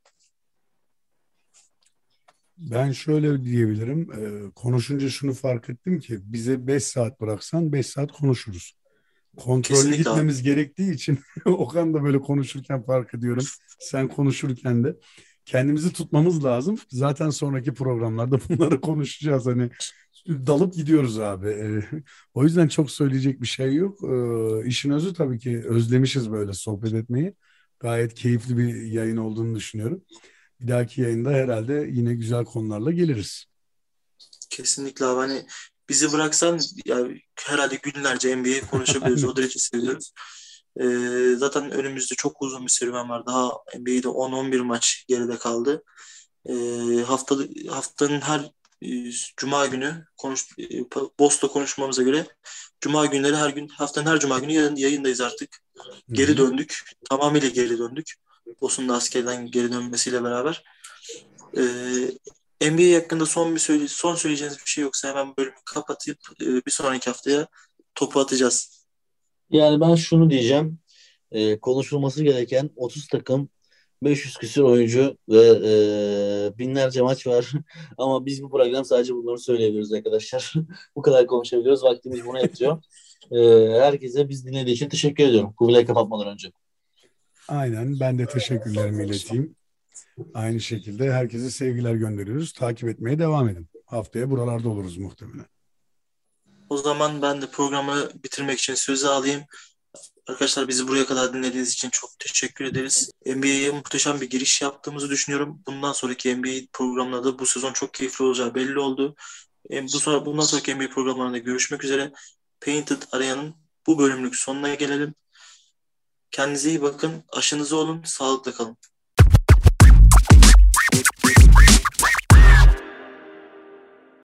S2: Ben şöyle diyebilirim. e, konuşunca şunu fark ettim ki bize beş saat bıraksan beş saat konuşuruz. Kontrollü
S1: Kesinlikle abi.
S2: gitmemiz gerektiği için Okan da böyle konuşurken fark ediyorum. Sen konuşurken de kendimizi tutmamız lazım. Zaten sonraki programlarda bunları konuşacağız. Hani dalıp gidiyoruz abi. Ee, o yüzden çok söyleyecek bir şey yok. Ee, işin özü tabii ki özlemişiz böyle sohbet etmeyi. Gayet keyifli bir yayın olduğunu düşünüyorum. Bir dahaki yayında herhalde yine güzel konularla geliriz.
S1: Kesinlikle abi. Hani bizi bıraksan ya, herhalde günlerce N B A konuşabiliriz. O derece seviyoruz. Ee, zaten önümüzde çok uzun bir serüven var. Daha N B A'de on on bir maç geride kaldı. Ee, haftalık haftanın her e, Cuma günü konuş, e, Bos'ta konuşmamıza göre Cuma günleri her gün haftanın her Cuma günü yayın, yayındayız artık.
S2: Hı
S1: Geri
S2: hı.
S1: döndük. Tamamıyla geri döndük. Bos'un da askerden geri dönmesiyle beraber. Ee, N B A hakkında son bir söyle son söyleyeceğiniz bir şey yoksa hemen bölümü kapatıp e, bir sonraki haftaya topu atacağız.
S3: Yani ben şunu diyeceğim. E, konuşulması gereken otuz takım, beş yüz küsur oyuncu ve e, binlerce maç var. Ama biz bu program sadece bunları söyleyebiliyoruz arkadaşlar. Bu kadar konuşabiliyoruz. Vaktimiz buna yetiyor. E, herkese biz dinlediği için teşekkür ediyorum. Kubilay kapatmadan önce.
S2: Aynen, ben de teşekkürlerimi ileteyim. Aynı şekilde herkese sevgiler gönderiyoruz. Takip etmeye devam edin. Haftaya buralarda oluruz muhtemelen.
S1: O zaman ben de programı bitirmek için sözü alayım. Arkadaşlar, bizi buraya kadar dinlediğiniz için çok teşekkür ederiz. N B A'ye muhteşem bir giriş yaptığımızı düşünüyorum. Bundan sonraki N B A programlarda bu sezon çok keyifli olacağı belli oldu. E, Bu sonra bundan sonraki N B A programlarında görüşmek üzere. Painted Arena'nın bu bölümlük sonuna gelelim. Kendinize iyi bakın, aşınızı olun, sağlıkla kalın.